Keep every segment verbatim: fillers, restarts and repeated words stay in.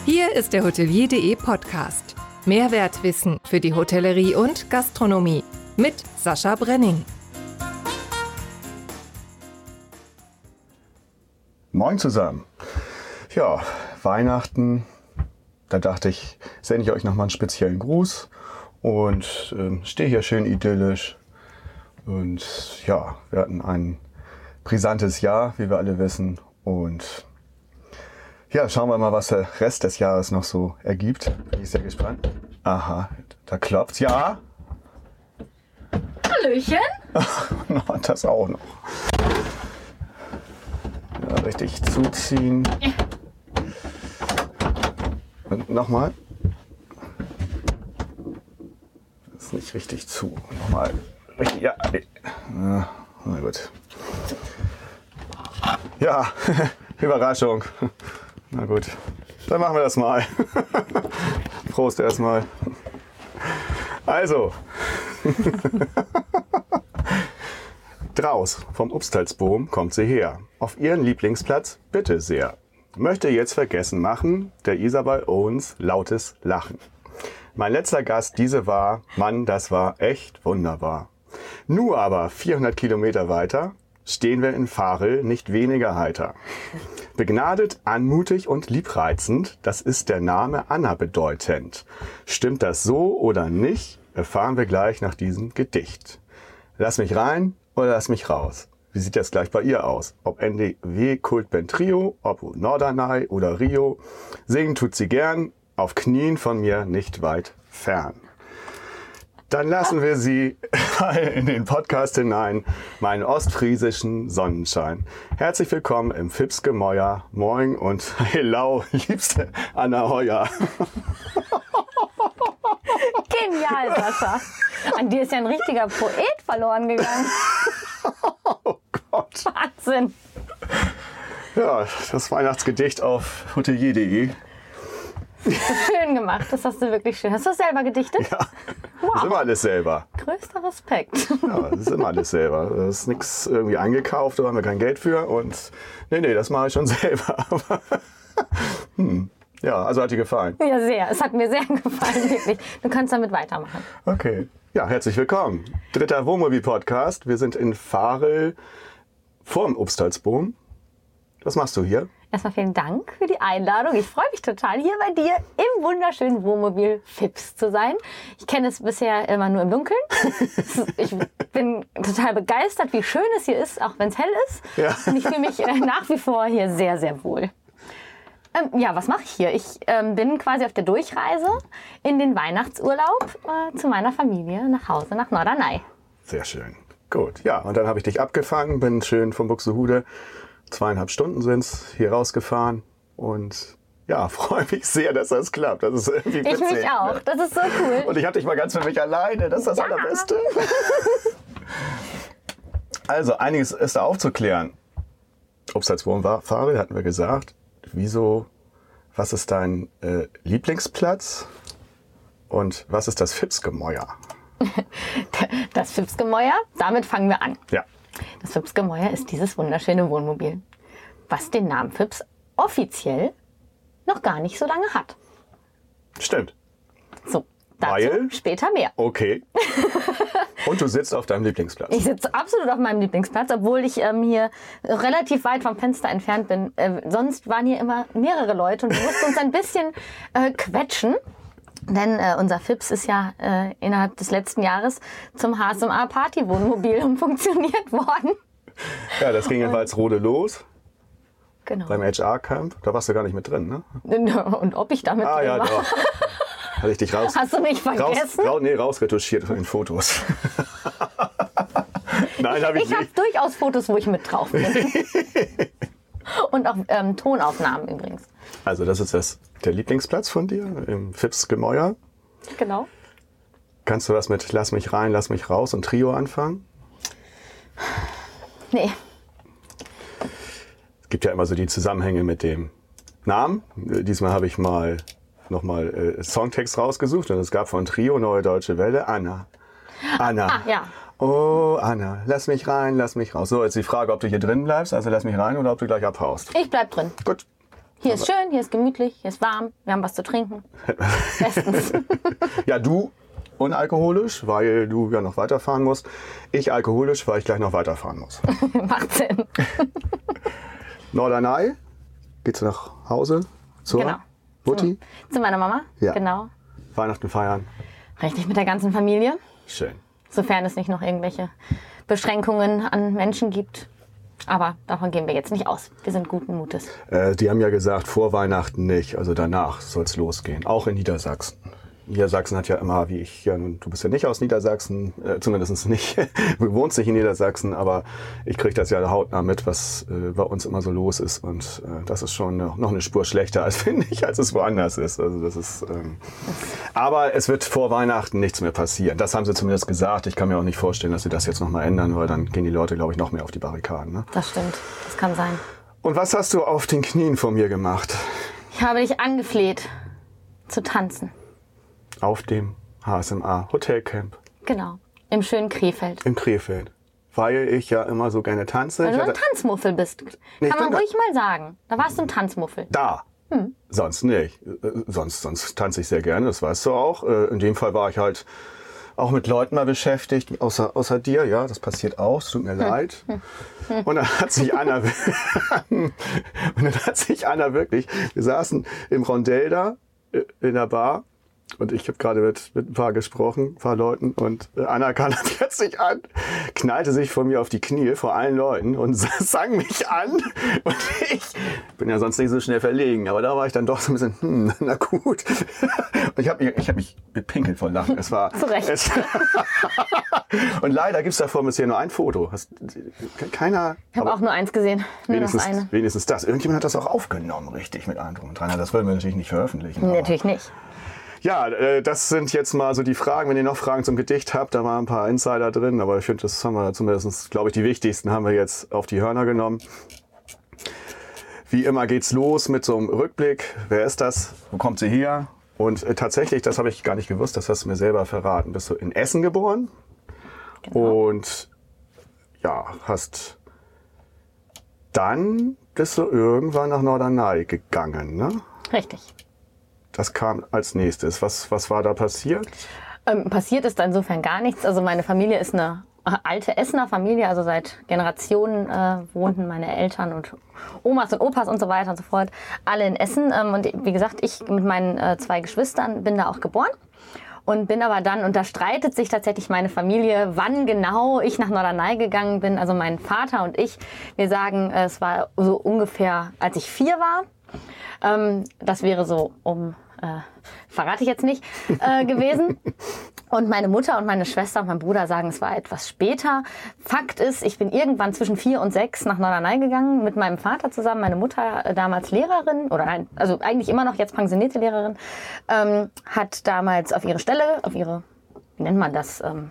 Hier ist der Hotelier punkt de Podcast. Mehrwertwissen für die Hotellerie und Gastronomie mit Sascha Brenning. Moin zusammen. Ja, Weihnachten, da dachte ich, sende ich euch nochmal einen speziellen Gruß und äh, stehe hier schön idyllisch. Und ja, wir hatten ein brisantes Jahr, wie wir alle wissen. Und ja, schauen wir mal, was der Rest des Jahres noch so ergibt. Bin ich sehr gespannt. Aha, da klopft's. Ja. Hallöchen. Und das auch noch. Ja, richtig zuziehen. Ja. Und nochmal. Das ist nicht richtig zu. Nochmal. Richtig, ja. Na, na gut. Ja, Überraschung. Na gut, dann machen wir das mal. Prost erstmal. Also. Draus vom Upstalsboom kommt sie her. Auf ihren Lieblingsplatz bitte sehr. Möchte jetzt vergessen machen, der Isabel Owens lautes Lachen. Mein letzter Gast diese war, Mann, das war echt wunderbar. Nur aber vierhundert Kilometer weiter stehen wir in Varel nicht weniger heiter. Begnadet, anmutig und liebreizend, das ist der Name Anna bedeutend. Stimmt das so oder nicht, erfahren wir gleich nach diesem Gedicht. Lass mich rein oder lass mich raus. Wie sieht das gleich bei ihr aus? Ob N D W Kultband Trio, ob Norderney oder Rio, singen tut sie gern, auf Knien von mir nicht weit fern. Dann lassen wir sie in den Podcast hinein, meinen ostfriesischen Sonnenschein. Herzlich willkommen im Fipsgemäuer. Moin und hello, liebste Anna Heuer. Genial, Sascha. An dir ist ja ein richtiger Poet verloren gegangen. Oh Gott. Wahnsinn. Ja, das Weihnachtsgedicht auf hotelier punkt de. Schön gemacht, das hast du wirklich schön. Hast du das selber gedichtet? Ja, wow. Das ist immer alles selber. Größter Respekt. Ja, das ist immer alles selber. Das ist nichts irgendwie eingekauft, da haben wir kein Geld für. Und nee, nee, das mache ich schon selber. Aber, hm. Ja, also hat dir gefallen. Ja, sehr. Es hat mir sehr gefallen, wirklich. Du kannst damit weitermachen. Okay. Ja, herzlich willkommen. Dritter Wohnmobil-Podcast. Wir sind in Varel vorm Upstalsboom. Was machst du hier? Erstmal vielen Dank für die Einladung. Ich freue mich total, hier bei dir im wunderschönen Wohnmobil Fips zu sein. Ich kenne es bisher immer nur im Dunkeln. Ich bin total begeistert, wie schön es hier ist, auch wenn es hell ist. Ja. Und ich fühle mich äh, nach wie vor hier sehr, sehr wohl. Ähm, ja, was mache ich hier? Ich ähm, bin quasi auf der Durchreise in den Weihnachtsurlaub äh, zu meiner Familie nach Hause, nach Norderney. Sehr schön. Gut. Ja, und dann habe ich dich abgefangen, bin schön von Buxtehude. Zweieinhalb Stunden sind es hier rausgefahren und ja, freue mich sehr, dass das klappt. Das ist irgendwie witzig. Ich mich auch. Das ist so cool. Und ich habe dich mal ganz für mich alleine. Das ist das Ja. Allerbeste. Also, einiges ist da aufzuklären. Upstalsboom war Varel, hatten wir gesagt. Wieso, was ist dein äh, Lieblingsplatz und was ist das Fipsgemäuer? Das Fipsgemäuer, damit fangen wir an. Ja. Das Fipsgemäuer ist dieses wunderschöne Wohnmobil, was den Namen Fips offiziell noch gar nicht so lange hat. Stimmt. So, dazu Weil? später mehr. Okay. Und du sitzt auf deinem Lieblingsplatz. Ich sitze absolut auf meinem Lieblingsplatz, obwohl ich ähm, hier relativ weit vom Fenster entfernt bin. Äh, sonst waren hier immer mehrere Leute und wir mussten uns ein bisschen äh, quetschen. Denn äh, unser Fips ist ja äh, innerhalb des letzten Jahres zum H S M A-Party-Wohnmobil umfunktioniert worden. Ja, das ging in Walsrode los, Genau. beim H R-Camp. Da warst du gar nicht mit drin, ne? Und ob ich damit Ah drin ja, war. doch. Hatte ich dich raus, Hast du mich raus, vergessen? raus, nee, rausretuschiert von den Fotos. Nein, habe ich, Ich habe nicht. durchaus Fotos, wo ich mit drauf bin. Und auch ähm, Tonaufnahmen übrigens. Also das ist das, der Lieblingsplatz von dir im Fipsgemäuer. Genau. Kannst du was mit Lass mich rein, lass mich raus und Trio anfangen? Nee. Es gibt ja immer so die Zusammenhänge mit dem Namen. Diesmal habe ich mal nochmal äh, Songtext rausgesucht und es gab von Trio Neue Deutsche Welle Anna. Anna. Ah, ja. Oh, Anna, lass mich rein, lass mich raus. So, jetzt die Frage, ob du hier drin bleibst, also lass mich rein oder ob du gleich abhaust. Ich bleib drin. Gut, Hier ist schön, hier ist gemütlich, hier ist warm, wir haben was zu trinken. Bestens. Ja, du unalkoholisch, weil du ja noch weiterfahren musst. Ich alkoholisch, weil ich gleich noch weiterfahren muss. Macht Sinn. Norderney, geht's nach Hause zur Genau. Mutti? Zu meiner Mama, Ja. genau. Weihnachten feiern. Richtig, mit der ganzen Familie. Schön. Sofern es nicht noch irgendwelche Beschränkungen an Menschen gibt. Aber davon gehen wir jetzt nicht aus. Wir sind guten Mutes. Äh, die haben ja gesagt, vor Weihnachten nicht, also danach soll's losgehen. Auch in Niedersachsen. Niedersachsen hat ja immer, wie ich, ja, du bist ja nicht aus Niedersachsen, äh, zumindest nicht, du wohnst nicht in Niedersachsen, aber ich kriege das ja hautnah mit, was äh, bei uns immer so los ist. Und äh, das ist schon noch, noch eine Spur schlechter, als finde ich, als es woanders ist. Also das ist. Ähm, aber es wird vor Weihnachten nichts mehr passieren. Das haben sie zumindest gesagt. Ich kann mir auch nicht vorstellen, dass sie das jetzt nochmal ändern, weil dann gehen die Leute, glaube ich, noch mehr auf die Barrikaden. Ne? Das stimmt, das kann sein. Und was hast du auf den Knien vor mir gemacht? Ich habe dich angefleht, zu tanzen. Auf dem H S M A Hotelcamp Genau, im schönen Krefeld. in Krefeld. Weil ich ja immer so gerne tanze. Weil Ich du ein hatte- Tanzmuffel bist. Nee, ich Kann man bin ruhig mal sagen. Da warst du ein Tanzmuffel. Da. Sonst nicht. Äh, Sonst, sonst tanze ich sehr gerne, das weißt du auch. Äh, In dem Fall war ich halt auch mit Leuten mal beschäftigt, außer, außer dir. Ja, das passiert auch, es tut mir leid. Und dann hat sich Anna, und dann hat sich Anna wirklich, wir saßen im Rondell da äh, in der Bar. Und ich habe gerade mit, mit ein paar gesprochen, ein paar Leuten. Und äh, Anna kam dann plötzlich an, knallte sich vor mir auf die Knie, vor allen Leuten und sang mich an. Und ich bin ja sonst nicht so schnell verlegen, aber da war ich dann doch so ein bisschen, hm, na gut. Und ich habe mich, ich hab mich bepinkelt vor Lachen. Es war, Zu Recht. Es, und leider gibt es davon bisher nur ein Foto. Hast, keiner. Ich habe aber auch nur eins gesehen. Nur das wenigstens, eine. wenigstens das. Irgendjemand hat das auch aufgenommen, richtig, mit allem drum und dran. Das wollen wir natürlich nicht veröffentlichen. aber- Natürlich nicht. Ja, äh, das sind jetzt mal so die Fragen. Wenn ihr noch Fragen zum Gedicht habt, da waren ein paar Insider drin, aber ich finde, das haben wir zumindest, glaube ich, die wichtigsten haben wir jetzt auf die Hörner genommen. Wie immer geht's los mit so einem Rückblick. Wer ist das? Wo kommt sie her? Und äh, tatsächlich, das habe ich gar nicht gewusst, das hast du mir selber verraten. Bist du in Essen geboren? Genau. Und ja, hast dann bist du irgendwann nach Norderney gegangen, ne? Richtig. Das kam als nächstes. Was, was war da passiert? Ähm, passiert ist da insofern gar nichts. Also meine Familie ist eine alte Essener Familie, also seit Generationen äh, wohnten meine Eltern und Omas und Opas und so weiter und so fort alle in Essen. Ähm, und wie gesagt, ich mit meinen äh, zwei Geschwistern bin da auch geboren. Und bin aber dann, und da streitet sich tatsächlich meine Familie, wann genau ich nach Norderney gegangen bin. Also mein Vater und ich, wir sagen, es war so ungefähr, als ich vier war. Ähm, das wäre so um, äh, verrate ich jetzt nicht, äh, gewesen. Und meine Mutter und meine Schwester und mein Bruder sagen, es war etwas später. Fakt ist, ich bin irgendwann zwischen vier und sechs nach Norderney gegangen mit meinem Vater zusammen. Meine Mutter, äh, damals Lehrerin, oder nein, also eigentlich immer noch jetzt pensionierte Lehrerin, ähm, hat damals auf ihre Stelle, auf ihre, wie nennt man das, ähm,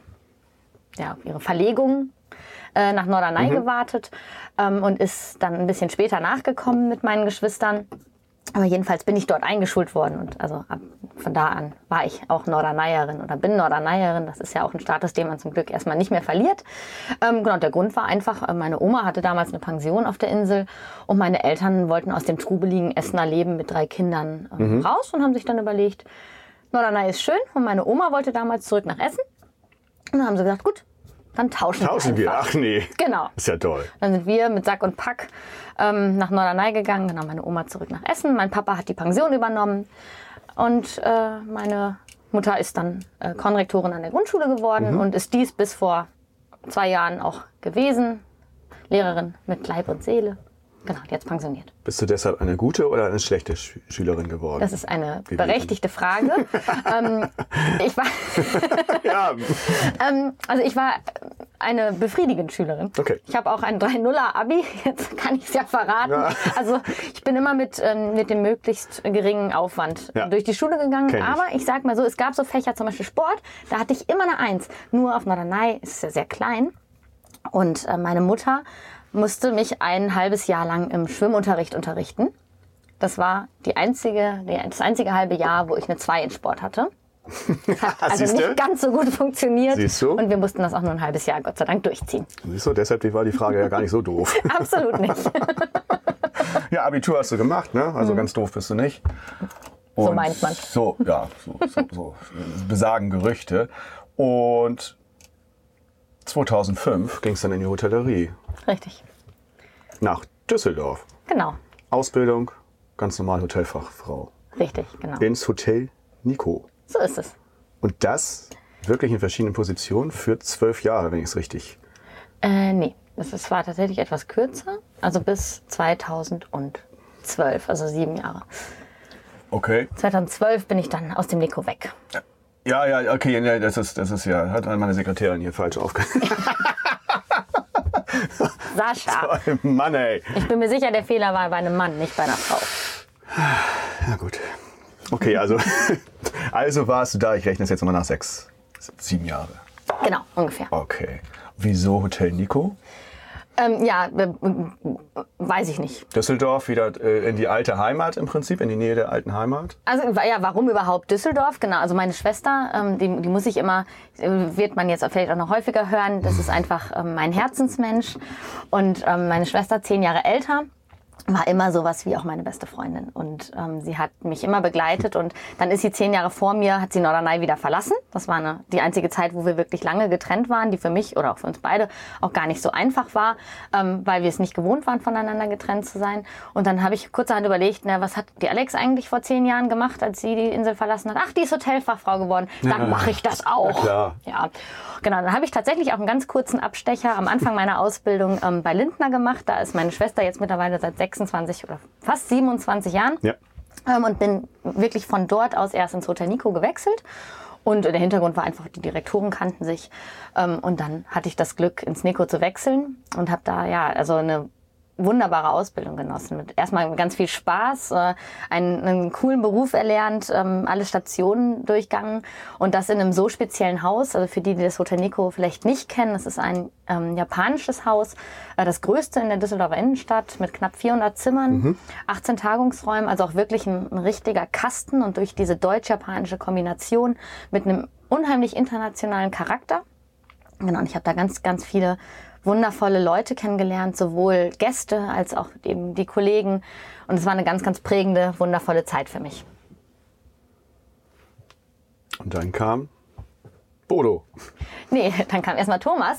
ja, auf ihre Verlegung äh, nach Norderney Mhm. gewartet ähm, und ist dann ein bisschen später nachgekommen mit meinen Geschwistern. Aber jedenfalls bin ich dort eingeschult worden und also ab, von da an war ich auch Norderneyerin oder bin Norderneyerin. Das ist ja auch ein Status, den man zum Glück erstmal nicht mehr verliert. Ähm, genau, der Grund war einfach, meine Oma hatte damals eine Pension auf der Insel und meine Eltern wollten aus dem trubeligen Essener Leben mit drei Kindern ähm, Mhm. raus und haben sich dann überlegt, Norderney ist schön und meine Oma wollte damals zurück nach Essen. Und dann haben sie gesagt, gut, dann tauschen, Tauschen wir wir? einfach. Ach nee. Genau. Ist ja toll. Dann sind wir mit Sack und Pack ähm, nach Norderney gegangen. Genau, meine Oma zurück nach Essen. Mein Papa hat die Pension übernommen. Und äh, meine Mutter ist dann äh, Konrektorin an der Grundschule geworden und ist dies bis vor zwei Jahren auch gewesen. Lehrerin mit Leib und Seele. Genau, jetzt pensioniert. Bist du deshalb eine gute oder eine schlechte Sch Schülerin geworden? Das ist eine Gewesen. berechtigte Frage. ähm, ich war, ja, ähm, also ich war eine befriedigende Schülerin. Okay. Ich habe auch ein drei Nuller Abi, jetzt kann ich es ja verraten. Ja. Also ich bin immer mit, ähm, mit dem möglichst geringen Aufwand Ja. durch die Schule gegangen. Kenn ich. Aber ich sag mal so, es gab so Fächer, zum Beispiel Sport, da hatte ich immer eine Eins. Nur auf Norderney ist es ja sehr klein. Und äh, meine Mutter musste mich ein halbes Jahr lang im Schwimmunterricht unterrichten. Das war die einzige, die, das einzige halbe Jahr, wo ich eine zwei in Sport hatte. Das hat also Siehste? nicht ganz so gut funktioniert. Siehst du? Und wir mussten das auch nur ein halbes Jahr, Gott sei Dank, durchziehen. siehst du, deshalb war die Frage ja gar nicht so doof. Absolut nicht. Ja, Abitur hast du gemacht, ne? Also mhm. ganz doof bist du nicht. Und so meint man. So, ja, so, so, so besagen Gerüchte. Und zweitausendfünf ging es dann in die Hotellerie. Richtig. Nach Düsseldorf. Genau. Ausbildung, ganz normal Hotelfachfrau. Richtig, genau. Ins Hotel Nico. So ist es. Und das wirklich in verschiedenen Positionen für zwölf Jahre, wenn ich es richtig... Äh, nee, das ist, war tatsächlich etwas kürzer. Also bis zweitausendzwölf, also sieben Jahre. Okay. zweitausendzwölf bin ich dann aus dem Nico weg. Ja, ja, okay, ja, das ist, das ist ja, hat meine Sekretärin hier falsch aufgehört. Sascha. Toll, Mann, ey. Ich bin mir sicher, der Fehler war bei einem Mann, nicht bei einer Frau. Ja, gut. Okay, also, also warst du da, ich rechne es jetzt mal nach sechs, sieben Jahre. Genau, ungefähr. Okay. Wieso Hotel Nico? Ähm, ja, äh, weiß ich nicht. Düsseldorf, wieder äh, in die alte Heimat im Prinzip, in die Nähe der alten Heimat? Also ja, warum überhaupt Düsseldorf? Genau, also meine Schwester, ähm, die, die muss ich immer, äh, wird man jetzt vielleicht auch noch häufiger hören, das ist einfach ähm, mein Herzensmensch. Und ähm, meine Schwester, zehn Jahre älter, war immer sowas wie auch meine beste Freundin. Und ähm, sie hat mich immer begleitet und dann ist sie zehn Jahre vor mir, hat sie Norderney wieder verlassen. Das war eine, die einzige Zeit, wo wir wirklich lange getrennt waren, die für mich oder auch für uns beide auch gar nicht so einfach war, ähm, weil wir es nicht gewohnt waren, voneinander getrennt zu sein. Und dann habe ich kurzerhand überlegt, na, was hat die Alex eigentlich vor zehn Jahren gemacht, als sie die Insel verlassen hat? Ach, die ist Hotelfachfrau geworden. Dann ja, mache ich das auch. Na klar. Ja, genau. Dann habe ich tatsächlich auch einen ganz kurzen Abstecher am Anfang meiner Ausbildung ähm, bei Lindner gemacht. Da ist meine Schwester jetzt mittlerweile seit sechsundzwanzig oder fast siebenundzwanzig Jahren. Ja. Ähm, und bin wirklich von dort aus erst ins Hotel Nico gewechselt. Und der Hintergrund war einfach, die Direktoren kannten sich. Ähm, und dann hatte ich das Glück, ins Nico zu wechseln und habe da ja also eine wunderbare Ausbildung genossen. Mit erstmal mit ganz viel Spaß, äh, einen, einen coolen Beruf erlernt, ähm, alle Stationen durchgangen und das in einem so speziellen Haus. Also für die, die das Hotel Nico vielleicht nicht kennen, das ist ein ähm, japanisches Haus, äh, das größte in der Düsseldorfer Innenstadt mit knapp vierhundert Zimmern, mhm. achtzehn Tagungsräumen, also auch wirklich ein, ein richtiger Kasten und durch diese deutsch-japanische Kombination mit einem unheimlich internationalen Charakter. Genau, und ich habe da ganz, ganz viele wundervolle Leute kennengelernt, sowohl Gäste als auch eben die Kollegen. Und es war eine ganz, ganz prägende, wundervolle Zeit für mich. Und dann kam Bodo. Nee, dann kam erstmal Thomas.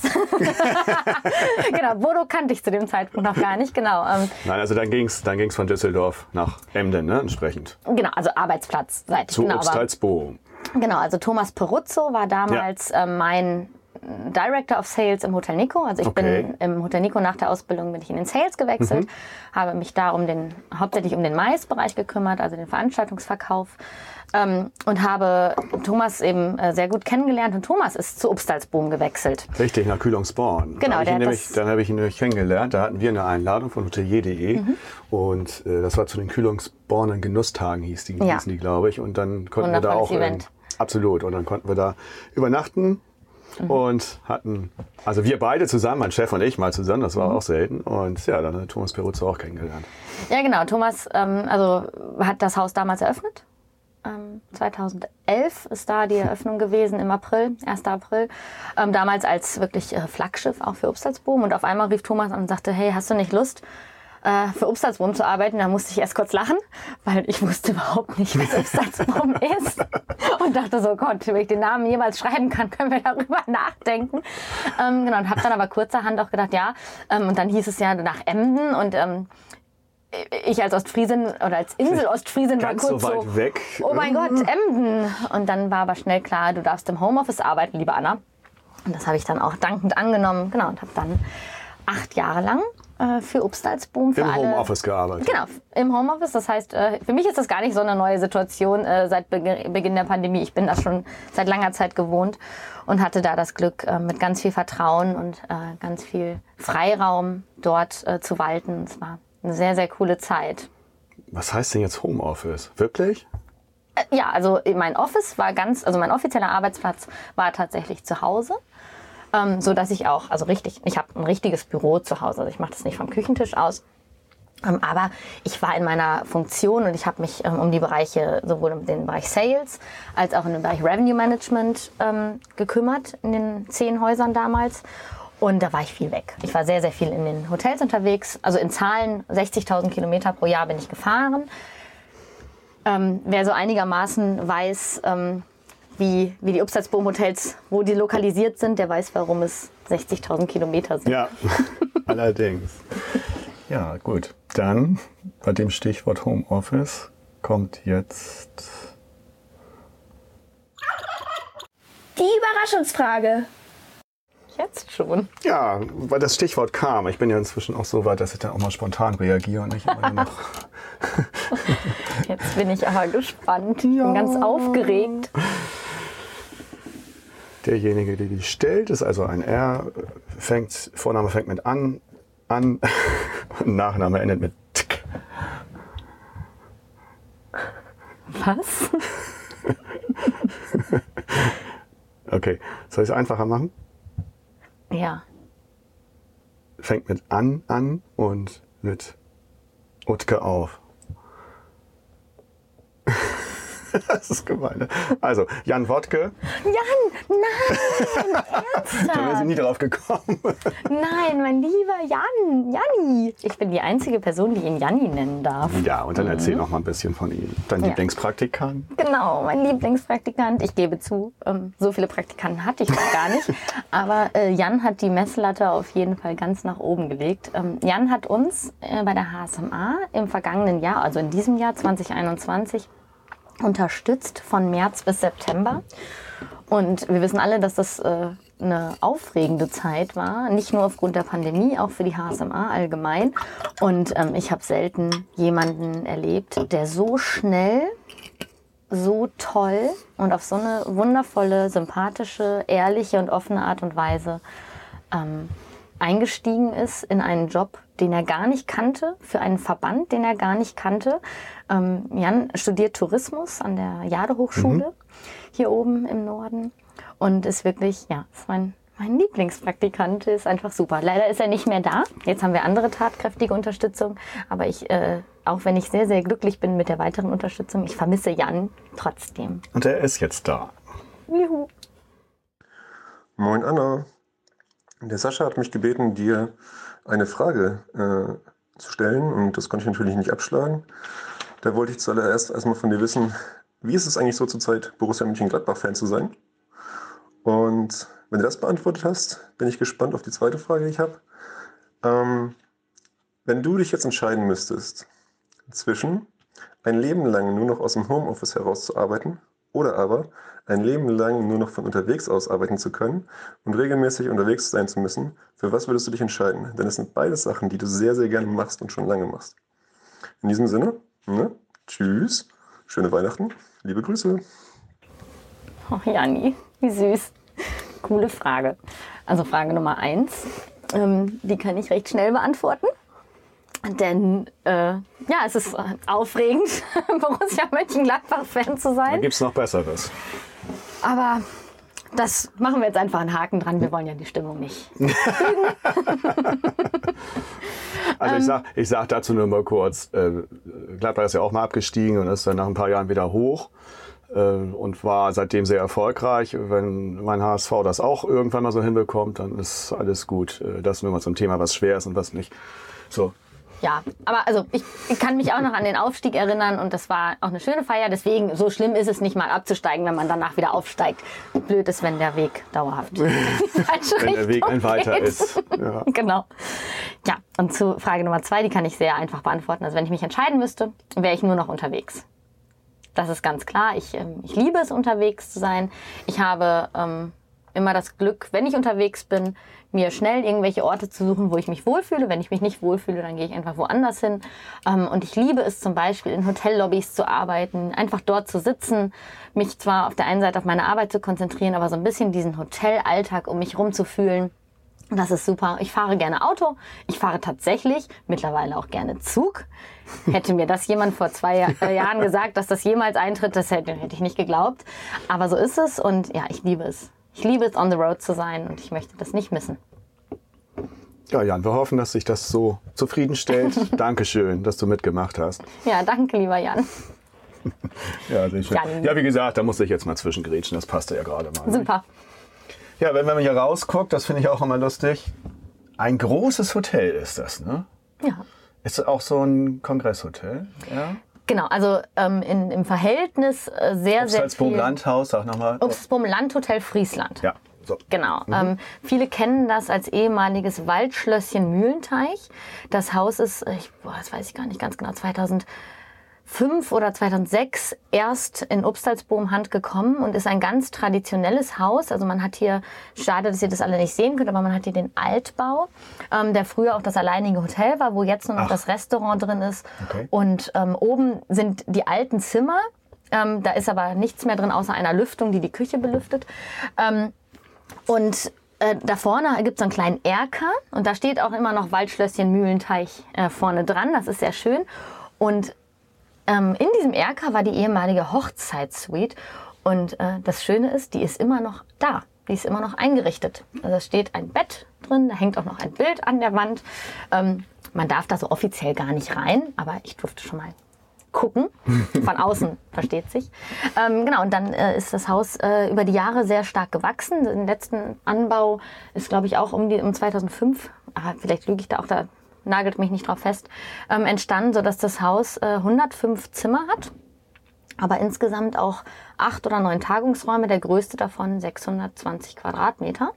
Genau, Bodo kannte ich zu dem Zeitpunkt noch gar nicht. Genau. Ähm, Nein, also dann ging es dann ging's von Düsseldorf nach Emden, ne, entsprechend. Genau, also Arbeitsplatz. Zu genau, Obstalsboom. Genau, also Thomas Peruzzo war damals ja. äh, mein Director of Sales im Hotel Nico. Also ich okay. bin im Hotel Nico nach der Ausbildung bin ich in den Sales gewechselt, mhm. habe mich da um den, hauptsächlich um den Mais-Bereich gekümmert, also den Veranstaltungsverkauf. Ähm, und habe Thomas eben äh, sehr gut kennengelernt. Und Thomas ist zu Obstalsboom gewechselt. Richtig, nach Kühlungsborn. Genau. Da habe ich, hab ich ihn nämlich kennengelernt. Da hatten wir eine Einladung von hotelier punkt de mhm. und äh, das war zu den Kühlungsbornen Genusstagen, hieß die, ja. hießen die, glaube ich. Und dann konnten wir da auch... Event. Ähm, absolut. Und dann konnten wir da übernachten. Mhm. Und hatten, also wir beide zusammen, mein Chef und ich mal zusammen, das war mhm. auch selten. Und ja, dann hat Thomas Peruzzo auch kennengelernt. Ja, genau. Thomas ähm, also hat das Haus damals eröffnet. Ähm, zweitausendelf ist da die Eröffnung gewesen, im April, ersten April. Ähm, damals als wirklich äh, Flaggschiff auch für Obstalsboom. Und auf einmal rief Thomas an und sagte, hey, hast du nicht Lust, äh, für Obstalsboom zu arbeiten? Da musste ich erst kurz lachen, weil ich wusste überhaupt nicht, was Obstalsboom ist. Und dachte so, Gott, wenn ich den Namen jemals schreiben kann, können wir darüber nachdenken. Ähm, genau, und habe dann aber kurzerhand auch gedacht, ja. Ähm, und dann hieß es ja nach Emden und ähm, ich als Ostfriesin oder als Insel-Ostfriesin war kurz so weit so, weg. Oh mein Gott, Emden. Und dann war aber schnell klar, du darfst im Homeoffice arbeiten, liebe Anna. Und das habe ich dann auch dankend angenommen. Genau, und habe dann acht Jahre lang äh, für Obstalsboom. Für Im alle, Homeoffice gearbeitet. Genau, im Homeoffice. Das heißt, äh, für mich ist das gar nicht so eine neue Situation äh, seit Be- Beginn der Pandemie. Ich bin das schon seit langer Zeit gewohnt und hatte da das Glück, äh, mit ganz viel Vertrauen und äh, ganz viel Freiraum dort äh, zu walten. Es war eine sehr, sehr coole Zeit. Was heißt denn jetzt Homeoffice? Wirklich? Äh, ja, also mein Office war ganz, also mein offizieller Arbeitsplatz war tatsächlich zu Hause. Ähm, so dass ich auch, also richtig, ich habe ein richtiges Büro zu Hause. Also ich mache das nicht vom Küchentisch aus. Ähm, aber ich war in meiner Funktion und ich habe mich ähm, um die Bereiche, sowohl um den Bereich Sales als auch in den Bereich Revenue Management ähm, gekümmert in den zehn Häusern damals. Und da war ich viel weg. Ich war sehr, sehr viel in den Hotels unterwegs. Also in Zahlen sechzigtausend Kilometer pro Jahr bin ich gefahren. Ähm, wer so einigermaßen weiß, ähm, wie, wie die Upsalzboom-Hotels, wo die lokalisiert sind, der weiß, warum es sechzigtausend Kilometer sind. Ja, allerdings. Ja, gut. Dann bei dem Stichwort Homeoffice kommt jetzt die Überraschungsfrage. Jetzt schon. Ja, weil das Stichwort kam. Ich bin ja inzwischen auch so weit, dass ich dann auch mal spontan reagiere und nicht immer noch. Jetzt bin ich aber gespannt. Ich bin ganz aufgeregt. Derjenige, der die stellt, ist also ein R. Fängt, Vorname fängt mit an, an und Nachname endet mit Tk. Was? Okay, soll ich es einfacher machen? Ja. Fängt mit an an und mit Utke auf. Das ist gemein. Ne? Also, Jan Wodke. Jan, nein, ernsthaft? Da wäre sie nie drauf gekommen. Nein, mein lieber Jan, Janni. Ich bin die einzige Person, die ihn Janni nennen darf. Ja, und dann erzähl noch mal ein bisschen von ihm. Dein Ja. Lieblingspraktikant. Genau, mein Lieblingspraktikant. Ich gebe zu, ähm, so viele Praktikanten hatte ich noch gar nicht. Aber äh, Jan hat die Messlatte auf jeden Fall ganz nach oben gelegt. Ähm, Jan hat uns äh, bei der H S M A im vergangenen Jahr, also in diesem Jahr zwanzig einundzwanzig, unterstützt von März bis September. Und wir wissen alle, dass das äh, eine aufregende Zeit war, nicht nur aufgrund der Pandemie, auch für die H S M A allgemein. Und ähm, ich habe selten jemanden erlebt, der so schnell, so toll und auf so eine wundervolle, sympathische, ehrliche und offene Art und Weise ähm, eingestiegen ist in einen Job, den er gar nicht kannte, für einen Verband, den er gar nicht kannte. Ähm, Jan studiert Tourismus an der Jade-Hochschule, mhm. hier oben im Norden. Und ist wirklich, ja, ist mein, mein Lieblingspraktikant, ist einfach super. Leider ist er nicht mehr da. Jetzt haben wir andere tatkräftige Unterstützung. Aber ich, äh, auch wenn ich sehr, sehr glücklich bin mit der weiteren Unterstützung, ich vermisse Jan trotzdem. Und er ist jetzt da. Juhu. Moin Anna. Der Sascha hat mich gebeten, dir eine Frage äh, zu stellen, und das konnte ich natürlich nicht abschlagen. Da wollte ich zuallererst erstmal von dir wissen, wie ist es eigentlich so zur Zeit, Borussia Mönchengladbach-Fan zu sein? Und wenn du das beantwortet hast, bin ich gespannt auf die zweite Frage, die ich habe. Ähm, wenn du dich jetzt entscheiden müsstest, zwischen ein Leben lang nur noch aus dem Homeoffice heraus zu arbeiten oder aber ein Leben lang nur noch von unterwegs aus arbeiten zu können und regelmäßig unterwegs sein zu müssen, für was würdest du dich entscheiden? Denn es sind beides Sachen, die du sehr, sehr gerne machst und schon lange machst. In diesem Sinne, ne? Tschüss, schöne Weihnachten, liebe Grüße. Oh, Janni, wie süß. Coole Frage. Also Frage Nummer eins, ähm, die kann ich recht schnell beantworten. Denn äh, ja, es ist aufregend, Borussia Mönchengladbach-Fan zu sein. Da gibt es noch Besseres. Aber das machen wir jetzt einfach einen Haken dran. Wir wollen ja die Stimmung nicht. Also ich sag, ich sag dazu nur mal kurz, äh, Gladbach ist ja auch mal abgestiegen und ist dann nach ein paar Jahren wieder hoch äh, und war seitdem sehr erfolgreich. Wenn mein H S V das auch irgendwann mal so hinbekommt, dann ist alles gut. Äh, das nur mal zum Thema, was schwer ist und was nicht. So. Ja, aber also ich, ich kann mich auch noch an den Aufstieg erinnern und das war auch eine schöne Feier. Deswegen, so schlimm ist es nicht mal abzusteigen, wenn man danach wieder aufsteigt. Blöd ist, wenn der Weg dauerhaft in die falsche Wenn der Weg Richtung ein weiter geht. ist. Ja. Genau. Ja, und zu Frage Nummer zwei, die kann ich sehr einfach beantworten. Also wenn ich mich entscheiden müsste, wäre ich nur noch unterwegs. Das ist ganz klar. Ich, ähm, ich liebe es, unterwegs zu sein. Ich habe ähm, immer das Glück, wenn ich unterwegs bin, mir schnell irgendwelche Orte zu suchen, wo ich mich wohlfühle. Wenn ich mich nicht wohlfühle, dann gehe ich einfach woanders hin. Und ich liebe es zum Beispiel, in Hotellobbys zu arbeiten, einfach dort zu sitzen, mich zwar auf der einen Seite auf meine Arbeit zu konzentrieren, aber so ein bisschen diesen Hotelalltag um mich rumzufühlen. Das ist super. Ich fahre gerne Auto. Ich fahre tatsächlich mittlerweile auch gerne Zug. Hätte mir das jemand vor zwei Jahren gesagt, dass das jemals eintritt, das hätte, hätte ich nicht geglaubt. Aber so ist es und ja, ich liebe es. Ich liebe es, on the road zu sein und ich möchte das nicht missen. Ja, Jan, wir hoffen, dass sich das so zufriedenstellt. Dankeschön, dass du mitgemacht hast. Ja, danke, lieber Jan. Ja, sehr schön. Jan. Ja, wie gesagt, da musste ich jetzt mal zwischengrätschen. Das passte ja gerade mal. Super. Ja, wenn man hier rausguckt, das finde ich auch immer lustig. Ein großes Hotel ist das, ne? Ja. Ist das auch so ein Kongresshotel? Ja. Genau, also ähm, in, im Verhältnis äh, sehr, sehr Obstalsboom viel... Landhaus, sag nochmal. Obstalsboom Landhotel Friesland. Ja, so. Genau. Mhm. Ähm, viele kennen das als ehemaliges Waldschlösschen Mühlenteich. Das Haus ist, ich, boah, das weiß ich gar nicht ganz genau, zweitausendfünf oder zweitausendsechs erst in Obstalsboom Hand gekommen und ist ein ganz traditionelles Haus. Also man hat hier, schade, dass ihr das alle nicht sehen könnt, aber man hat hier den Altbau, ähm, der früher auch das alleinige Hotel war, wo jetzt nur noch Ach. das Restaurant drin ist. Okay. Und ähm, oben sind die alten Zimmer. Ähm, da ist aber nichts mehr drin, außer einer Lüftung, die die Küche belüftet. Ähm, Und äh, da vorne gibt es einen kleinen Erker und da steht auch immer noch Waldschlösschen Mühlenteich äh, vorne dran. Das ist sehr schön. Und ähm, in diesem Erker war die ehemalige Hochzeitssuite. Und äh, das Schöne ist, die ist immer noch da. Die ist immer noch eingerichtet. Also es steht ein Bett drin, da hängt auch noch ein Bild an der Wand. Ähm, man darf da so offiziell gar nicht rein, aber ich durfte schon mal gucken. Von außen, versteht sich. Ähm, genau, und dann äh, ist das Haus äh, über die Jahre sehr stark gewachsen. Den letzten Anbau ist, glaube ich, auch um, die, um zweitausendfünf, aber vielleicht lüge ich da auch, da nagelt mich nicht drauf fest, ähm, entstanden, sodass das Haus äh, hundertfünf Zimmer hat, aber insgesamt auch acht oder neun Tagungsräume, der größte davon sechshundertzwanzig Quadratmeter.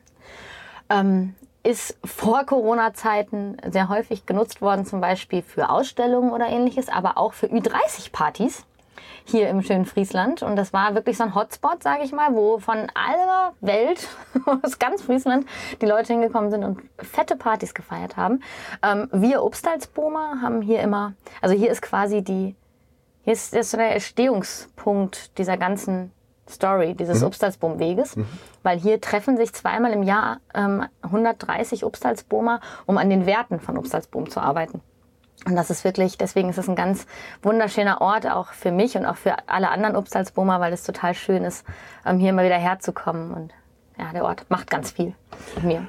Ähm, ist vor Corona-Zeiten sehr häufig genutzt worden, zum Beispiel für Ausstellungen oder ähnliches, aber auch für Ü dreißig Partys hier im schönen Friesland. Und das war wirklich so ein Hotspot, sage ich mal, wo von aller Welt, aus ganz Friesland, die Leute hingekommen sind und fette Partys gefeiert haben. Ähm, wir Obstalsboomer haben hier immer, also hier ist quasi die, hier ist, ist so der Erstehungspunkt dieser ganzen Story dieses mhm. Obstalsboom-Weges, mhm. weil hier treffen sich zweimal im Jahr ähm, hundertdreißig Obstalsboomer, um an den Werten von Obstalsboom zu arbeiten. Und das ist wirklich, deswegen ist es ein ganz wunderschöner Ort, auch für mich und auch für alle anderen Obstalsboomer, weil es total schön ist, ähm, hier mal wieder herzukommen. Und ja, der Ort macht ganz viel mit mir.